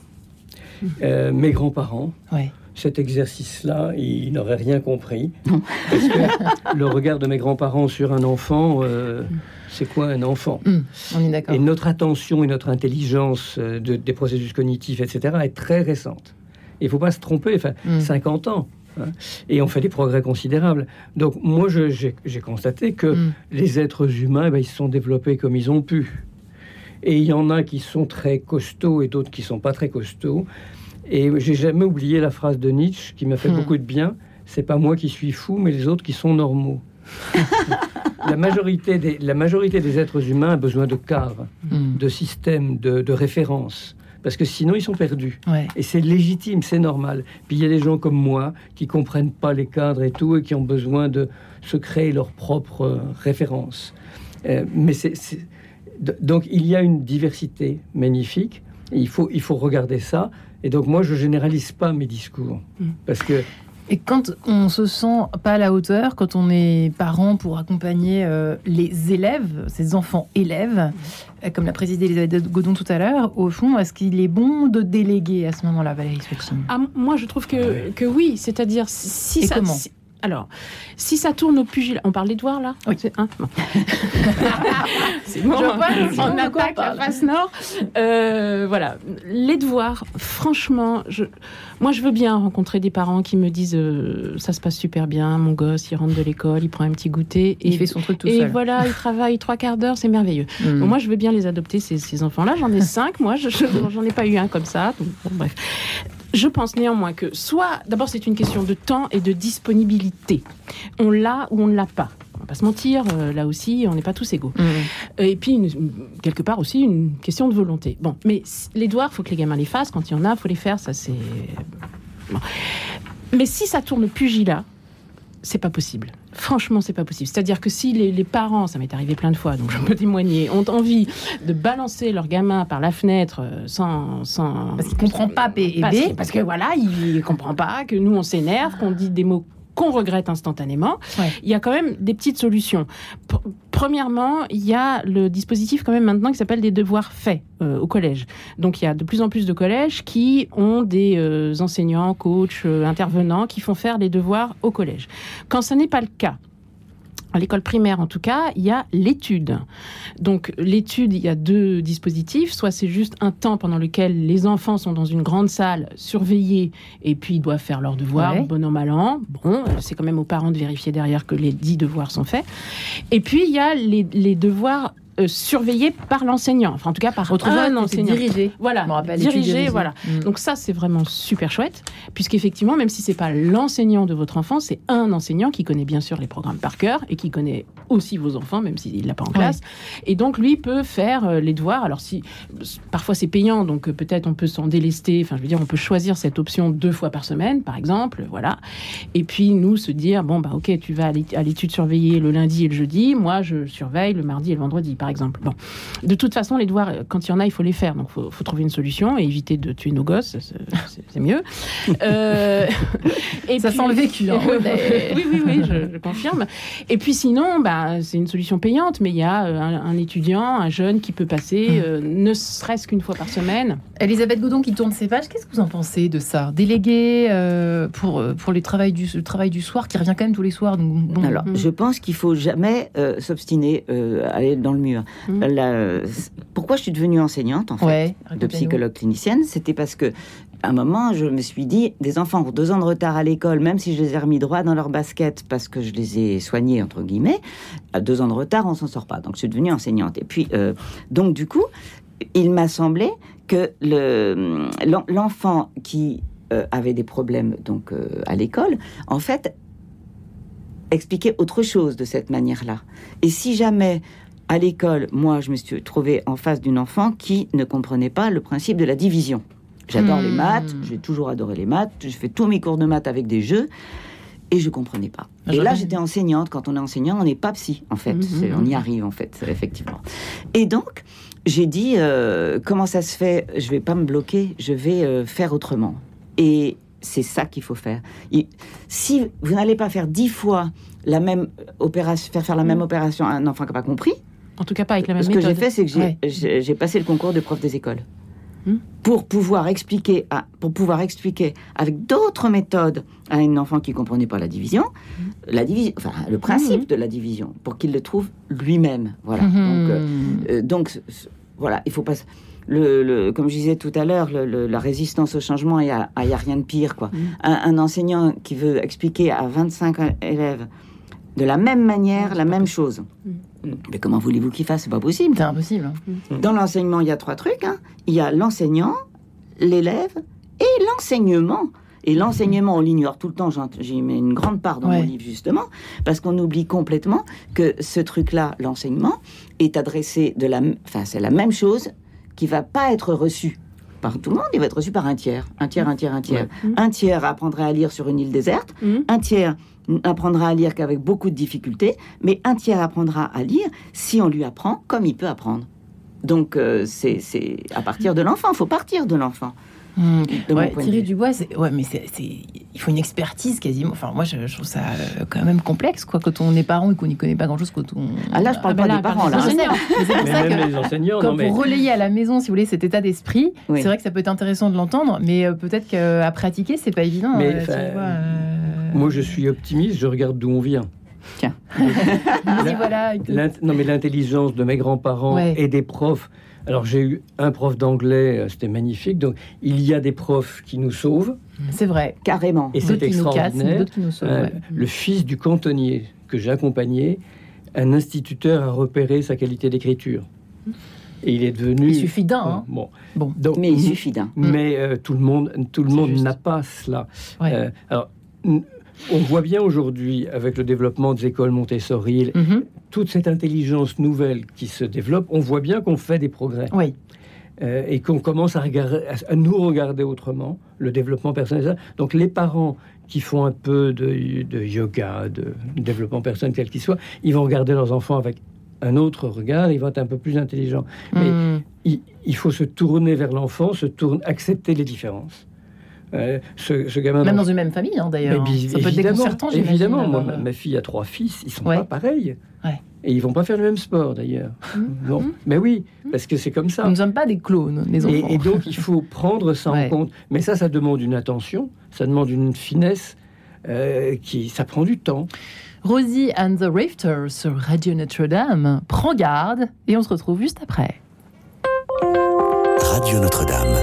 Mes grands-parents, cet exercice-là, ils n'auraient rien compris. Parce que le regard de mes grands-parents sur un enfant, c'est quoi un enfant ? On est d'accord. Et notre attention et notre intelligence des processus cognitifs, etc., est très récente. Il ne faut pas se tromper, 50 ans. Et on fait des progrès considérables. Donc moi, j'ai constaté que les êtres humains, ils se sont développés comme ils ont pu. Et il y en a qui sont très costauds et d'autres qui ne sont pas très costauds. Et j'ai jamais oublié la phrase de Nietzsche qui m'a fait beaucoup de bien. C'est pas moi qui suis fou, mais les autres qui sont normaux. La majorité des êtres humains a besoin de cadres, de systèmes, de références. Parce que sinon, ils sont perdus. Et c'est légitime, c'est normal. Puis il y a des gens comme moi qui comprennent pas les cadres et tout, et qui ont besoin de se créer leurs propres références. Donc il y a une diversité magnifique. Il faut regarder ça. Et donc moi, je généralise pas mes discours. Parce que... Et quand on se sent pas à la hauteur, quand on est parent pour accompagner les élèves, ces enfants élèves, comme l'a précisé Elisabeth Godon tout à l'heure, au fond, est-ce qu'il est bon de déléguer à ce moment-là, Valérie Sfechin ? Moi, je trouve que oui. C'est-à-dire, si ça... comment ? Alors, si ça tourne au pugilat... On parle des devoirs, là ? Oui. Bon. C'est bon, on attaque la face nord. Voilà. Les devoirs, franchement, moi, je veux bien rencontrer des parents qui me disent ça se passe super bien, mon gosse, il rentre de l'école, il prend un petit goûter. Il fait son truc tout seul. Et voilà, il travaille 3/4 d'heure, c'est merveilleux. Bon, moi, je veux bien les adopter, ces enfants-là. J'en ai 5, moi. J'en ai pas eu un comme ça. Donc, bon, bref. Je pense néanmoins que d'abord c'est une question de temps et de disponibilité. On l'a ou on ne l'a pas. On va pas se mentir, là aussi, on n'est pas tous égaux. Et puis, quelque part aussi, une question de volonté. Bon, mais les devoirs, il faut que les gamins les fassent. Quand il y en a, il faut les faire. Ça, c'est... Bon. Mais si ça tourne pugilat, c'est pas possible. Franchement, c'est pas possible. C'est-à-dire que si les parents, ça m'est arrivé plein de fois, donc je peux témoigner, ont envie de balancer leur gamin par la fenêtre sans... Parce qu'il comprend pas P et B. Parce que voilà, il comprend pas, que nous on s'énerve, qu'on dit des mots qu'on regrette instantanément. Il y a quand même des petites solutions. Premièrement, il y a le dispositif quand même maintenant qui s'appelle des devoirs faits au collège. Donc il y a de plus en plus de collèges qui ont des enseignants, coachs, intervenants qui font faire les devoirs au collège. Quand ça n'est pas le cas, à l'école primaire, en tout cas, il y a l'étude. Donc, l'étude, il y a 2 dispositifs. Soit c'est juste un temps pendant lequel les enfants sont dans une grande salle, surveillés, et puis ils doivent faire leurs devoirs, bon an, mal an. Bon, c'est quand même aux parents de vérifier derrière que les 10 devoirs sont faits. Et puis, il y a les devoirs surveillé par l'enseignant, enfin en tout cas par un enseignant. Dirigé. Voilà, dirigé, voilà. Donc ça, c'est vraiment super chouette, puisqu'effectivement, même si c'est pas l'enseignant de votre enfant, c'est un enseignant qui connaît bien sûr les programmes par cœur et qui connaît aussi vos enfants, même s'il l'a pas en classe. Et donc lui peut faire les devoirs. Alors si parfois c'est payant, donc peut-être on peut s'en délester. Enfin, je veux dire, on peut choisir cette option 2 fois par semaine, par exemple, voilà. Et puis nous se dire bon bah ok, tu vas à l'étude surveillée le lundi et le jeudi, moi je surveille le mardi et le vendredi. par exemple. Bon. De toute façon, les devoirs, quand il y en a, il faut les faire. Donc, il faut trouver une solution et éviter de tuer nos gosses. C'est mieux. Et ça puis, sent le vécu. Hein, oui, je confirme. Et puis sinon, c'est une solution payante, mais il y a un étudiant, un jeune qui peut passer ne serait-ce qu'une fois par semaine. Elisabeth Godon qui tourne ses pages, qu'est-ce que vous en pensez de ça ? Délégué pour le travail du soir, qui revient quand même tous les soirs. Donc, bon. Alors, je pense qu'il ne faut jamais s'obstiner à aller dans le mur. Pourquoi je suis devenue enseignante, en fait, de psychologue clinicienne ? C'était parce que à un moment, je me suis dit, des enfants ont 2 ans de retard à l'école, même si je les ai remis droit dans leur basket parce que je les ai soignés, entre guillemets, à 2 ans de retard, on s'en sort pas. Donc, je suis devenue enseignante. Et puis, donc, du coup, il m'a semblé que l'enfant qui avait des problèmes donc, à l'école, en fait, expliquait autre chose de cette manière-là. Et si jamais, à l'école, moi, je me suis trouvée en face d'une enfant qui ne comprenait pas le principe de la division. J'adore les maths, j'ai toujours adoré les maths, je fais tous mes cours de maths avec des jeux, et je ne comprenais pas. Et là, j'étais enseignante. Quand on est enseignant, on n'est pas psy, en fait. On y arrive, en fait, effectivement. Et donc, j'ai dit, comment ça se fait ? Je ne vais pas me bloquer, je vais faire autrement. Et c'est ça qu'il faut faire. Si vous n'allez pas faire 10 fois la même opération, faire la même opération à un enfant qui n'a pas compris, en tout cas pas avec la même méthode. Ce que j'ai fait, c'est que j'ai passé le concours de prof des écoles. Pour pouvoir expliquer avec d'autres méthodes à un enfant qui ne comprenait pas la division, le principe de la division, pour qu'il le trouve lui-même. Voilà. Donc, voilà, il faut pas... comme je disais tout à l'heure, la résistance au changement, il y a rien de pire, quoi. Un enseignant qui veut expliquer à 25 élèves de la même manière, la même chose. Mais comment voulez-vous qu'il fasse ? C'est pas possible. C'est impossible. Dans l'enseignement, il y a 3 trucs. Il y a l'enseignant, l'élève et l'enseignement. Et l'enseignement, on l'ignore tout le temps. J'y mets une grande part dans mon livre, justement, parce qu'on oublie complètement que ce truc-là, l'enseignement, est adressé c'est la même chose qui va pas être reçue par tout le monde, il va être reçu par un tiers. Un tiers. Un tiers apprendra à lire sur une île déserte, un tiers apprendra à lire qu'avec beaucoup de difficultés, mais un tiers apprendra à lire si on lui apprend comme il peut apprendre. Donc, c'est à partir de l'enfant, il faut partir de l'enfant. Thierry Dubois, il faut une expertise quasiment. Enfin, moi, je trouve ça quand même complexe, quoi, quand on est parent et qu'on n'y connaît pas grand-chose. Là, je parle pas des parents, là. C'est pour ça que les enseignants, pour relayer à la maison, si vous voulez, cet état d'esprit, c'est vrai que ça peut être intéressant de l'entendre, mais peut-être qu'à pratiquer, c'est pas évident. Moi, je suis optimiste. Je regarde d'où on vient. Tiens. Mais l'intelligence de mes grands-parents et des profs. Alors, j'ai eu un prof d'anglais, c'était magnifique. Donc, il y a des profs qui nous sauvent. C'est vrai. Carrément. Et c'est extraordinaire. D'autres qui nous sauvent, Le fils du cantonnier que j'ai accompagné, un instituteur a repéré sa qualité d'écriture. Et il est devenu... Il suffit d'un. Donc, mais il suffit d'un. Mais tout le monde n'a pas cela. Ouais. Alors, on voit bien aujourd'hui, avec le développement des écoles Montessori, toute cette intelligence nouvelle qui se développe, on voit bien qu'on fait des progrès. Oui. Et qu'on commence à nous regarder autrement, le développement personnel. Donc les parents qui font un peu de yoga, de développement personnel quel qu'il soit, ils vont regarder leurs enfants avec un autre regard, ils vont être un peu plus intelligents. Mais il faut se tourner vers l'enfant, accepter les différences. Ce gamin même dans une même famille, d'ailleurs. Ça peut être déconcertant, évidemment. Moi, ma fille a 3 fils, ils sont pas pareils. Ouais. Et ils vont pas faire le même sport, d'ailleurs. Non. Mais oui, parce que c'est comme ça. Nous ne sommes pas des clones, les enfants. Et donc, il faut prendre ça en compte. Mais ça demande une attention, ça demande une finesse, ça prend du temps. Rosie and the Rifters sur Radio Notre-Dame. Prends garde, et on se retrouve juste après. Radio Notre-Dame.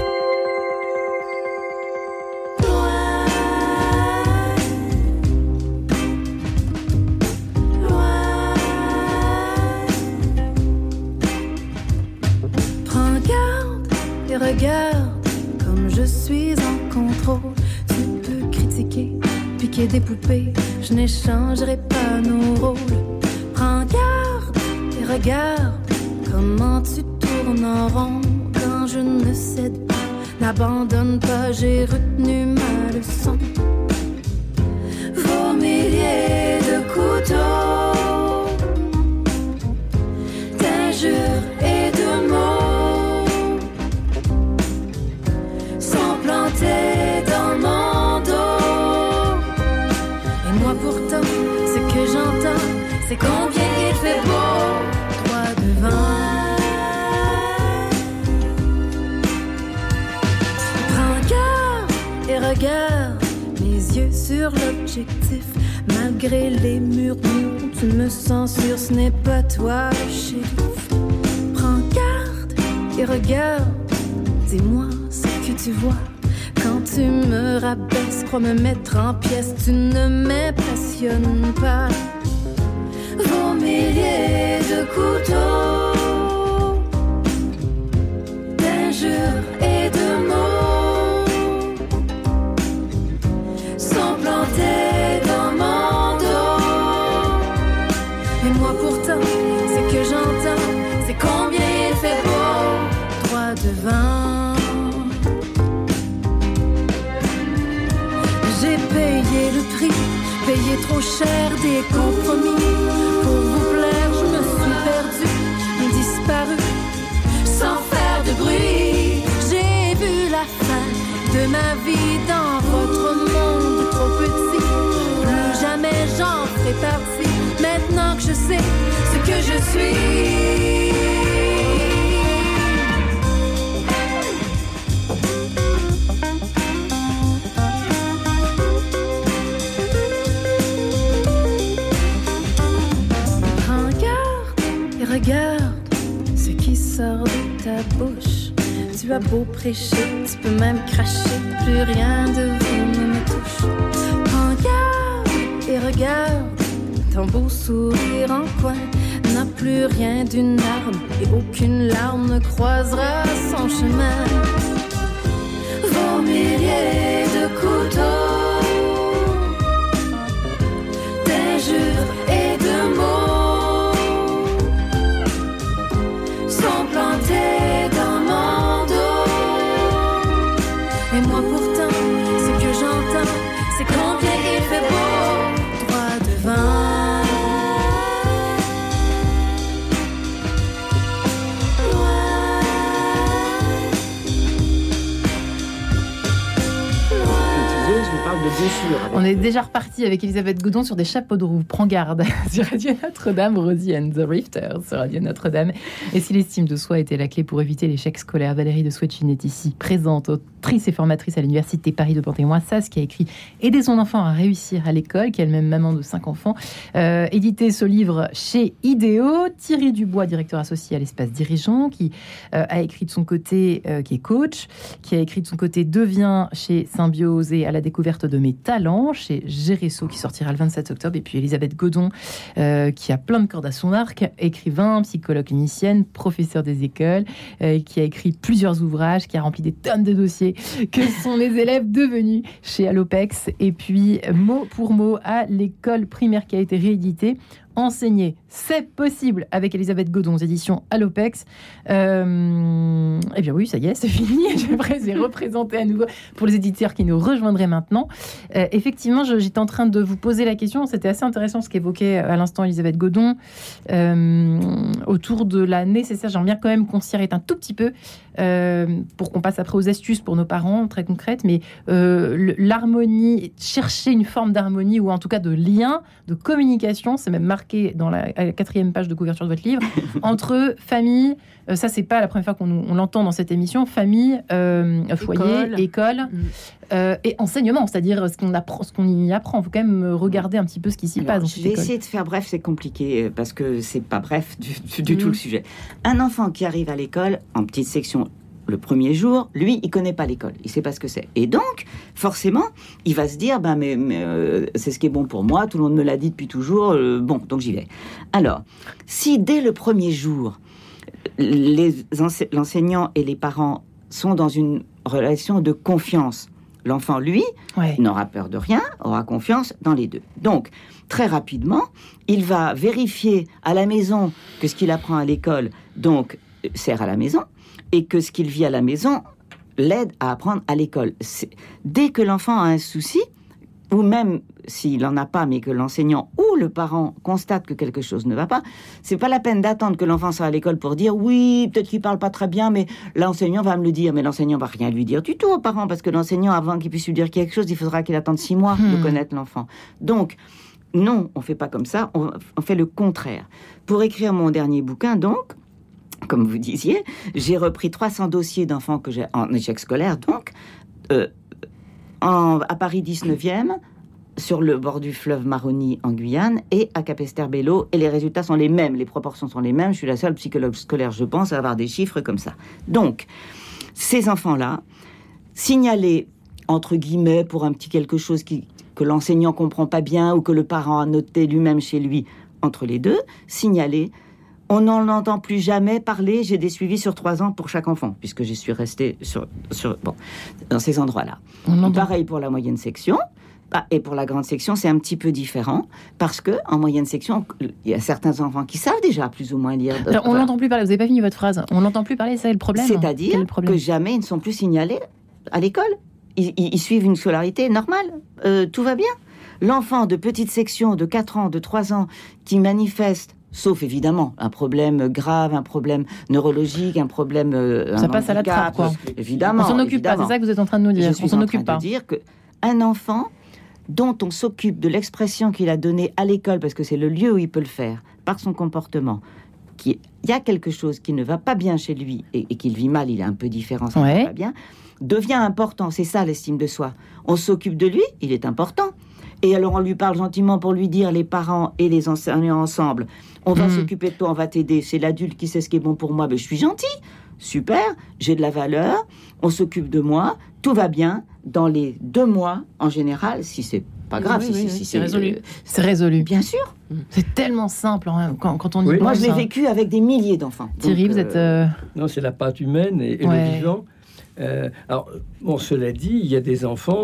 Regarde comme je suis en contrôle. Tu peux critiquer, piquer des poupées, je n'échangerai pas nos rôles. Prends garde et regarde comment tu tournes en rond. Quand je ne cède pas, n'abandonne pas, j'ai retenu ma leçon. Vos milliers de couteaux, t'injures combien il fait beau, droit devant. Prends garde et regarde mes yeux sur l'objectif. Malgré les murmures, tu me censures, ce n'est pas toi le shérif. Prends garde et regarde, dis-moi ce que tu vois. Quand tu me rabaisses, crois me mettre en pièces, tu ne m'impressionnes pas. Vos milliers de couteaux, d'injures et de mots sont plantés dans mon dos. Et moi pourtant, ce que j'entends, c'est combien il fait beau, droit devant. J'ai payé le prix, payé trop cher des compromis. Pour vous plaire, je me suis perdue, disparue, sans faire de bruit. J'ai vu la fin de ma vie dans votre monde trop petit. Plus jamais j'en ferai partie, maintenant que je sais ce que je suis. Regarde ce qui sort de ta bouche. Tu as beau prêcher, tu peux même cracher, plus rien de vous ne me touche. Prends garde et regarde, ton beau sourire en coin n'a plus rien d'une larme et aucune larme ne croisera son chemin. Vos milliers de couteaux, d'injures et de mots sont plantés dans mon dos. Et moi pourtant, ce que j'entends, c'est combien il fait beau, droit devant. On est déjà reparti avec Elisabeth Godon sur des chapeaux de roue. Prends garde sur Radio Notre-Dame, Rosie and the Rifters sur Radio Notre-Dame. Et si l'estime de soi était la clé pour éviter l'échec scolaire, Valérie de Swetchine est ici, présente, autrice et formatrice à l'Université Paris de Panthéon-Assas, qui a écrit Aider son enfant à réussir à l'école, qui est elle-même maman de 5 enfants. Édité ce livre chez Idéo. Thierry Dubois, directeur associé à l'Espace Dirigeant, qui a écrit de son côté, qui est coach, qui a écrit de son côté Deviens chez Symbiose et à la découverte de mes talents chez Géresso, qui sortira le 27 octobre. Et puis Elisabeth Godon, qui a plein de cordes à son arc, écrivain, psychologue clinicienne, professeur des écoles, qui a écrit plusieurs ouvrages, qui a rempli des tonnes de dossiers que sont les élèves devenus chez Allopex. Et puis mot pour mot à l'école primaire, qui a été réédité. Enseigner, c'est possible, avec Elisabeth Godon aux éditions Allopex. Eh bien oui, ça y est, c'est fini. J'ai représenté à nouveau pour les éditeurs qui nous rejoindraient maintenant. Effectivement, j'étais en train de vous poser la question. C'était assez intéressant ce qu'évoquait à l'instant Elisabeth Godon autour de la nécessaire. J'aimerais bien quand même qu'on s'y arrête un tout petit peu pour qu'on passe après aux astuces pour nos parents, très concrètes. Mais l'harmonie, chercher une forme d'harmonie ou en tout cas de lien, de communication, c'est même marqué dans la 4e page de couverture de votre livre, entre famille, ça c'est pas la première fois qu'on l'entend dans cette émission, famille, foyer, école et enseignement, c'est-à-dire ce qu'on y apprend. Il faut quand même regarder un petit peu ce qui s'y passe dans cette école. Je vais essayer de faire bref, c'est compliqué parce que c'est pas bref du tout le sujet. Un enfant qui arrive à l'école en petite section le premier jour, lui, il connaît pas l'école, il sait pas ce que c'est. Et donc, forcément, il va se dire, mais c'est ce qui est bon pour moi, tout le monde me l'a dit depuis toujours, bon, donc j'y vais. Alors, si dès le premier jour, l'enseignant et les parents sont dans une relation de confiance, l'enfant, lui, n'aura peur de rien, aura confiance dans les deux. Donc, très rapidement, il va vérifier à la maison que ce qu'il apprend à l'école, donc, sert à la maison, et que ce qu'il vit à la maison l'aide à apprendre à l'école. Dès que l'enfant a un souci, ou même s'il n'en a pas, mais que l'enseignant ou le parent constate que quelque chose ne va pas, c'est pas la peine d'attendre que l'enfant soit à l'école pour dire oui, peut-être qu'il parle pas très bien, mais l'enseignant va me le dire. Mais l'enseignant va rien lui dire du tout au parent, parce que l'enseignant, avant qu'il puisse lui dire quelque chose, il faudra qu'il attende 6 mois de connaître l'enfant. Donc, non, on ne fait pas comme ça, on fait le contraire. Pour écrire mon dernier bouquin, donc, comme vous disiez, j'ai repris 300 dossiers d'enfants que j'ai en échec scolaire, donc, à Paris 19e, sur le bord du fleuve Maroni en Guyane, et à Capesterre-Belle-Eau, et les résultats sont les mêmes, les proportions sont les mêmes. Je suis la seule psychologue scolaire, je pense, à avoir des chiffres comme ça. Donc, ces enfants-là, signalés, entre guillemets, pour un petit quelque chose que l'enseignant comprend pas bien, ou que le parent a noté lui-même chez lui, entre les deux, signalés, on n'en entend plus jamais parler. J'ai des suivis sur 3 ans pour chaque enfant, puisque j'y suis restée dans ces endroits-là. Pareil pour la moyenne section. Et pour la grande section, c'est un petit peu différent, parce que en moyenne section, il y a certains enfants qui savent déjà plus ou moins lire. Alors, on l'entend plus parler. Vous n'avez pas fini votre phrase. On l'entend plus parler, c'est le problème. C'est-à-dire que jamais ils ne sont plus signalés à l'école. Ils suivent une scolarité normale. Tout va bien. L'enfant de petite section de 4 ans, de 3 ans, qui manifeste, sauf évidemment un problème grave, un problème neurologique, un problème... Ça passe à la trappe, quoi. Évidemment. On s'en occupe pas, c'est ça que vous êtes en train de nous dire. Je suis en train de dire qu'un enfant dont on s'occupe de l'expression qu'il a donnée à l'école, parce que c'est le lieu où il peut le faire, par son comportement, il y a quelque chose qui ne va pas bien chez lui, et qu'il vit mal, il est un peu différent, ça ne va pas bien, devient important. C'est ça l'estime de soi. On s'occupe de lui, il est important. Et alors on lui parle gentiment pour lui dire, les parents et les enseignants ensemble, on va s'occuper de toi, on va t'aider, c'est l'adulte qui sait ce qui est bon pour moi, je suis gentil, super, j'ai de la valeur, on s'occupe de moi, tout va bien. Dans les 2 mois, en général, si c'est pas grave, si c'est résolu. C'est résolu. Bien sûr. C'est tellement simple quand on y pense. Moi, je l'ai vécu avec des milliers d'enfants. Thierry, vous êtes... Non, c'est la pâte humaine et le vivant. Alors, cela dit, il y a des enfants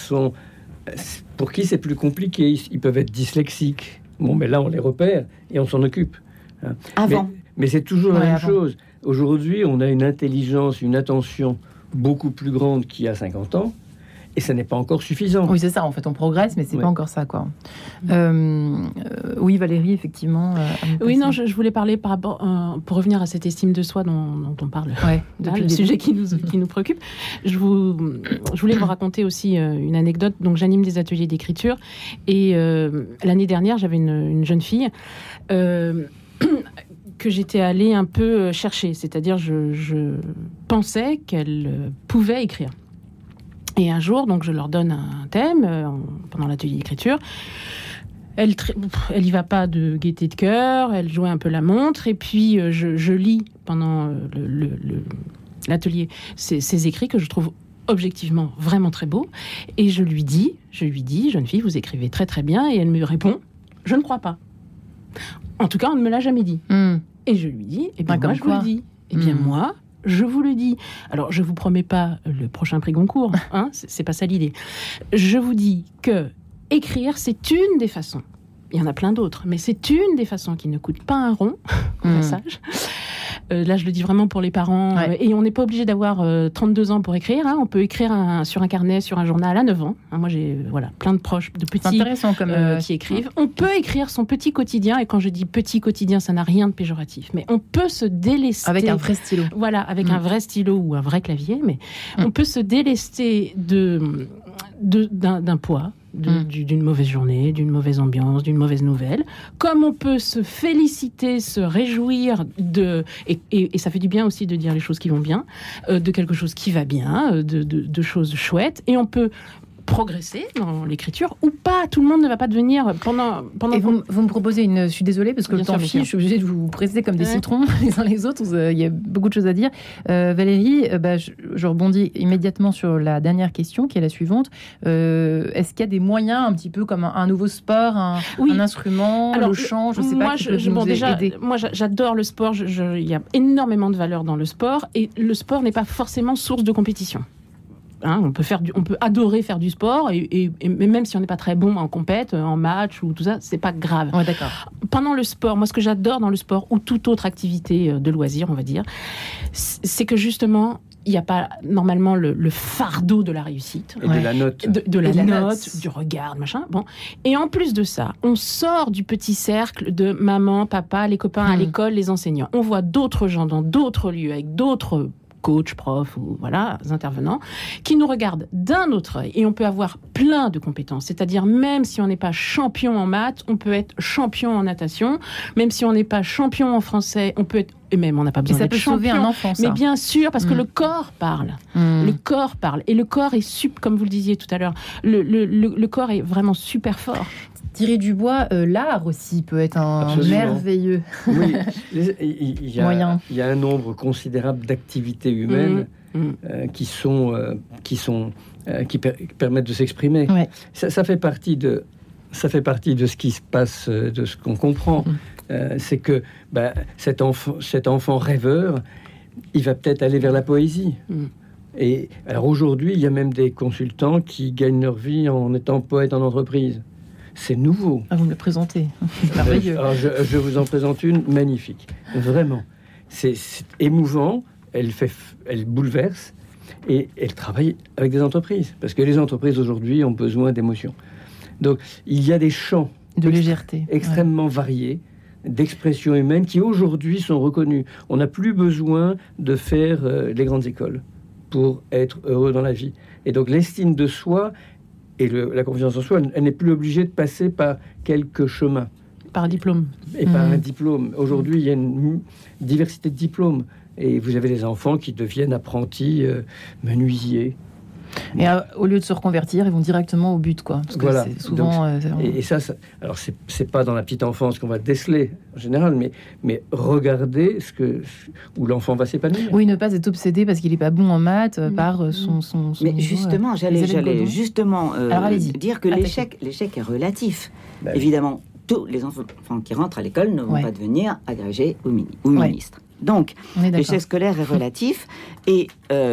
pour qui c'est plus compliqué. Ils peuvent être dyslexiques. Bon, mais là, on les repère et on s'en occupe. Avant. Mais c'est toujours la même chose. Aujourd'hui, on a une intelligence, une attention beaucoup plus grande qu'il y a 50 ans. Et ça n'est pas encore suffisant. Oui, c'est ça. En fait, on progresse, mais c'est pas encore ça, quoi. Oui, Valérie, effectivement. Oui, non, je voulais parler par rapport, pour revenir à cette estime de soi dont on parle. Depuis le sujet qui nous préoccupe. Je voulais vous raconter aussi une anecdote. Donc, j'anime des ateliers d'écriture, et l'année dernière, j'avais une jeune fille que j'étais allée un peu chercher. C'est-à-dire, je pensais qu'elle pouvait écrire. Et un jour, donc, je leur donne un thème pendant l'atelier d'écriture. Elle y va pas de gaieté de cœur, elle jouait un peu la montre, et puis je lis pendant l'atelier ces écrits que je trouve objectivement vraiment très beaux, et je lui dis, jeune fille, vous écrivez très très bien, et elle me répond, je ne crois pas. En tout cas, on ne me l'a jamais dit. Et je lui dis, eh bien moi je vous le dis. Eh bien moi, je vous le dis. Alors, je vous promets pas le prochain prix Goncourt, hein, c'est pas ça l'idée. Je vous dis que écrire, c'est une des façons. Il y en a plein d'autres, mais c'est une des façons qui ne coûte pas un rond, au passage. Là, je le dis vraiment pour les parents. Et on n'est pas obligé d'avoir 32 ans pour écrire. Hein. On peut écrire sur un carnet, sur un journal à 9 ans. Hein, moi, j'ai plein de proches, de petits qui écrivent. On peut écrire son petit quotidien. Et quand je dis petit quotidien, ça n'a rien de péjoratif. Mais on peut se délester. Avec un vrai stylo. Voilà, avec un vrai stylo ou un vrai clavier. Mais on peut se délester d'un poids. D'une mauvaise journée, d'une mauvaise ambiance, d'une mauvaise nouvelle. Comme on peut se féliciter, se réjouir et ça fait du bien aussi de dire les choses qui vont bien, de quelque chose qui va bien, de choses chouettes. Et on peut progresser dans l'écriture ou pas. Tout le monde ne va pas devenir pendant et vous me proposez je suis désolée parce que le temps file, je suis obligée de vous presser comme des citrons les uns les autres. Il y a beaucoup de choses à dire. Valérie, je rebondis immédiatement sur la dernière question qui est la suivante. Est-ce qu'il y a des moyens un petit peu comme un nouveau sport, un instrument, le chant, je sais pas, moi j'adore le sport. Il y a énormément de valeur dans le sport et le sport n'est pas forcément source de compétition. Hein, on peut adorer faire du sport et même si on n'est pas très bon en compète, en match ou tout ça, c'est pas grave. Ouais, d'accord. Pendant le sport, moi ce que j'adore dans le sport ou toute autre activité de loisir, on va dire, c'est que justement il n'y a pas normalement le fardeau de la réussite. Et de la note. De la note, du regard, machin. Bon. Et en plus de ça, on sort du petit cercle de maman, papa, les copains à l'école, les enseignants. On voit d'autres gens dans d'autres lieux, avec d'autres coachs, profs ou intervenants, qui nous regardent d'un autre œil. Et on peut avoir plein de compétences. C'est-à-dire, même si on n'est pas champion en maths, on peut être champion en natation. Même si on n'est pas champion en français, on peut être... Et même, on n'a pas besoin d'être champion. Ça peut sauver un enfant, ça. Mais bien sûr, parce que le corps parle. Le corps parle. Et le corps est, comme vous le disiez tout à l'heure, le corps est vraiment super fort. Thierry Dubois, l'art aussi peut être un merveilleux moyen. Il y a un nombre considérable d'activités humaines qui permettent de s'exprimer. Ouais. Ça fait partie de ce qui se passe, de ce qu'on comprend. C'est que cet enfant rêveur, il va peut-être aller vers la poésie. Et alors aujourd'hui, il y a même des consultants qui gagnent leur vie en étant poètes en entreprise. C'est nouveau. Vous me le présentez. C'est merveilleux. Alors je vous en présente une magnifique. Vraiment. C'est émouvant. Elle bouleverse. Et elle travaille avec des entreprises. Parce que les entreprises aujourd'hui ont besoin d'émotions. Donc il y a des champs de légèreté extrêmement variés, d'expression humaine qui aujourd'hui sont reconnus. On n'a plus besoin de faire les grandes écoles pour être heureux dans la vie. Et donc l'estime de soi et la confiance en soi, elle n'est plus obligée de passer par quelques chemins. Par un diplôme. Et par un diplôme. Aujourd'hui, il y a une diversité de diplômes. Et vous avez des enfants qui deviennent apprentis menuisiers. Et au lieu de se reconvertir, ils vont directement au but, quoi. Parce que c'est souvent... et ça, alors c'est pas dans la petite enfance qu'on va déceler, en général, mais regardez où l'enfant va s'épanouir. Oui, ne pas être obsédé parce qu'il n'est pas bon en maths par son mais niveau, justement, j'allais justement dire que l'échec est relatif. Évidemment, tous les enfants qui rentrent à l'école ne vont pas devenir agrégés ou ministres. Donc, l'échec scolaire est relatif et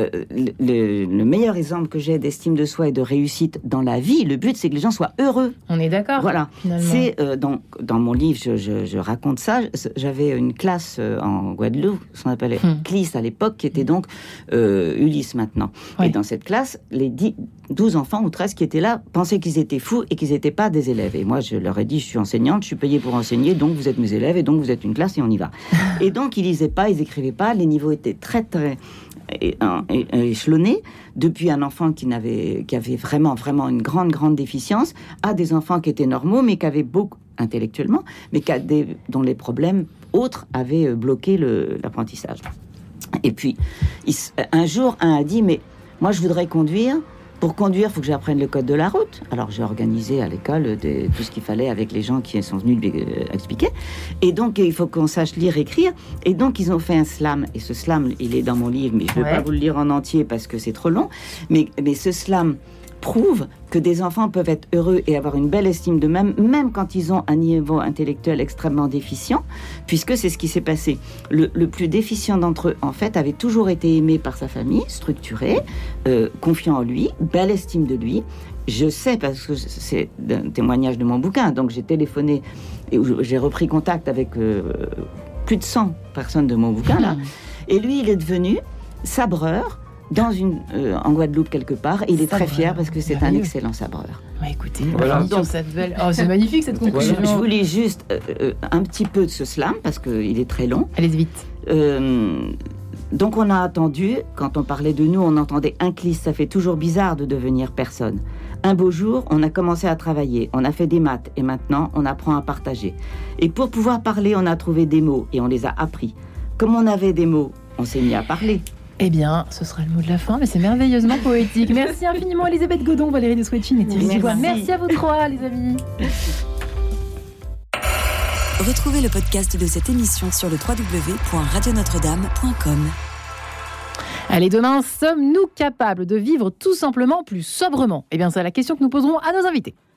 le meilleur exemple que j'ai d'estime de soi et de réussite dans la vie, le but, c'est que les gens soient heureux. On est d'accord. Voilà. C'est dans mon livre, je raconte ça. J'avais une classe en Guadeloupe, ce qu'on appelait CLIS à l'époque, qui était donc Ulysse maintenant. Ouais. Et dans cette classe, les 12 enfants ou 13 qui étaient là pensaient qu'ils étaient fous et qu'ils n'étaient pas des élèves. Et moi, je leur ai dit, je suis enseignante, je suis payée pour enseigner, donc vous êtes mes élèves et donc vous êtes une classe et on y va. Et donc, ils lisaient pas, ils écrivaient pas, les niveaux étaient très, très échelonnés, depuis un enfant qui avait vraiment, vraiment une grande déficience, à des enfants qui étaient normaux, mais qui avaient beaucoup, intellectuellement, mais dont les problèmes autres avaient bloqué l'apprentissage. Et puis, un jour, un a dit, mais moi, je voudrais conduire. Pour conduire, il faut que j'apprenne le code de la route. Alors, j'ai organisé à l'école tout ce qu'il fallait avec les gens qui sont venus expliquer. Et donc, il faut qu'on sache lire, écrire. Et donc, ils ont fait un slam. Et ce slam, il est dans mon livre, mais je ne vais pas vous le lire en entier parce que c'est trop long. Mais ce slam prouve que des enfants peuvent être heureux et avoir une belle estime d'eux-mêmes, même quand ils ont un niveau intellectuel extrêmement déficient, puisque c'est ce qui s'est passé. Le plus déficient d'entre eux, en fait, avait toujours été aimé par sa famille, structuré, confiant en lui, belle estime de lui. Je sais, parce que c'est un témoignage de mon bouquin, donc j'ai téléphoné et j'ai repris contact avec plus de 100 personnes de mon bouquin, là. Et lui, il est devenu sabreur, en Guadeloupe quelque part, et il est très fier parce que c'est un excellent sabreur. Écoutez, donc, cette belle... c'est magnifique cette conclusion. Je vous lis juste un petit peu de ce slam parce qu'il est très long. Allez vite. Donc on a attendu, quand on parlait de nous, on entendait un clic, ça fait toujours bizarre de devenir personne. Un beau jour, on a commencé à travailler, on a fait des maths et maintenant on apprend à partager. Et pour pouvoir parler, on a trouvé des mots et on les a appris. Comme on avait des mots, on s'est mis à parler. Eh bien, ce sera le mot de la fin, mais c'est merveilleusement poétique. Merci infiniment Elisabeth Godon, Valérie de Swetchine et Thierry Dubois. Merci à vous trois, les amis. Retrouvez le podcast de cette émission sur le www.radionotre-dame.com. Allez, demain, sommes-nous capables de vivre tout simplement plus sobrement ? Eh bien, c'est la question que nous poserons à nos invités.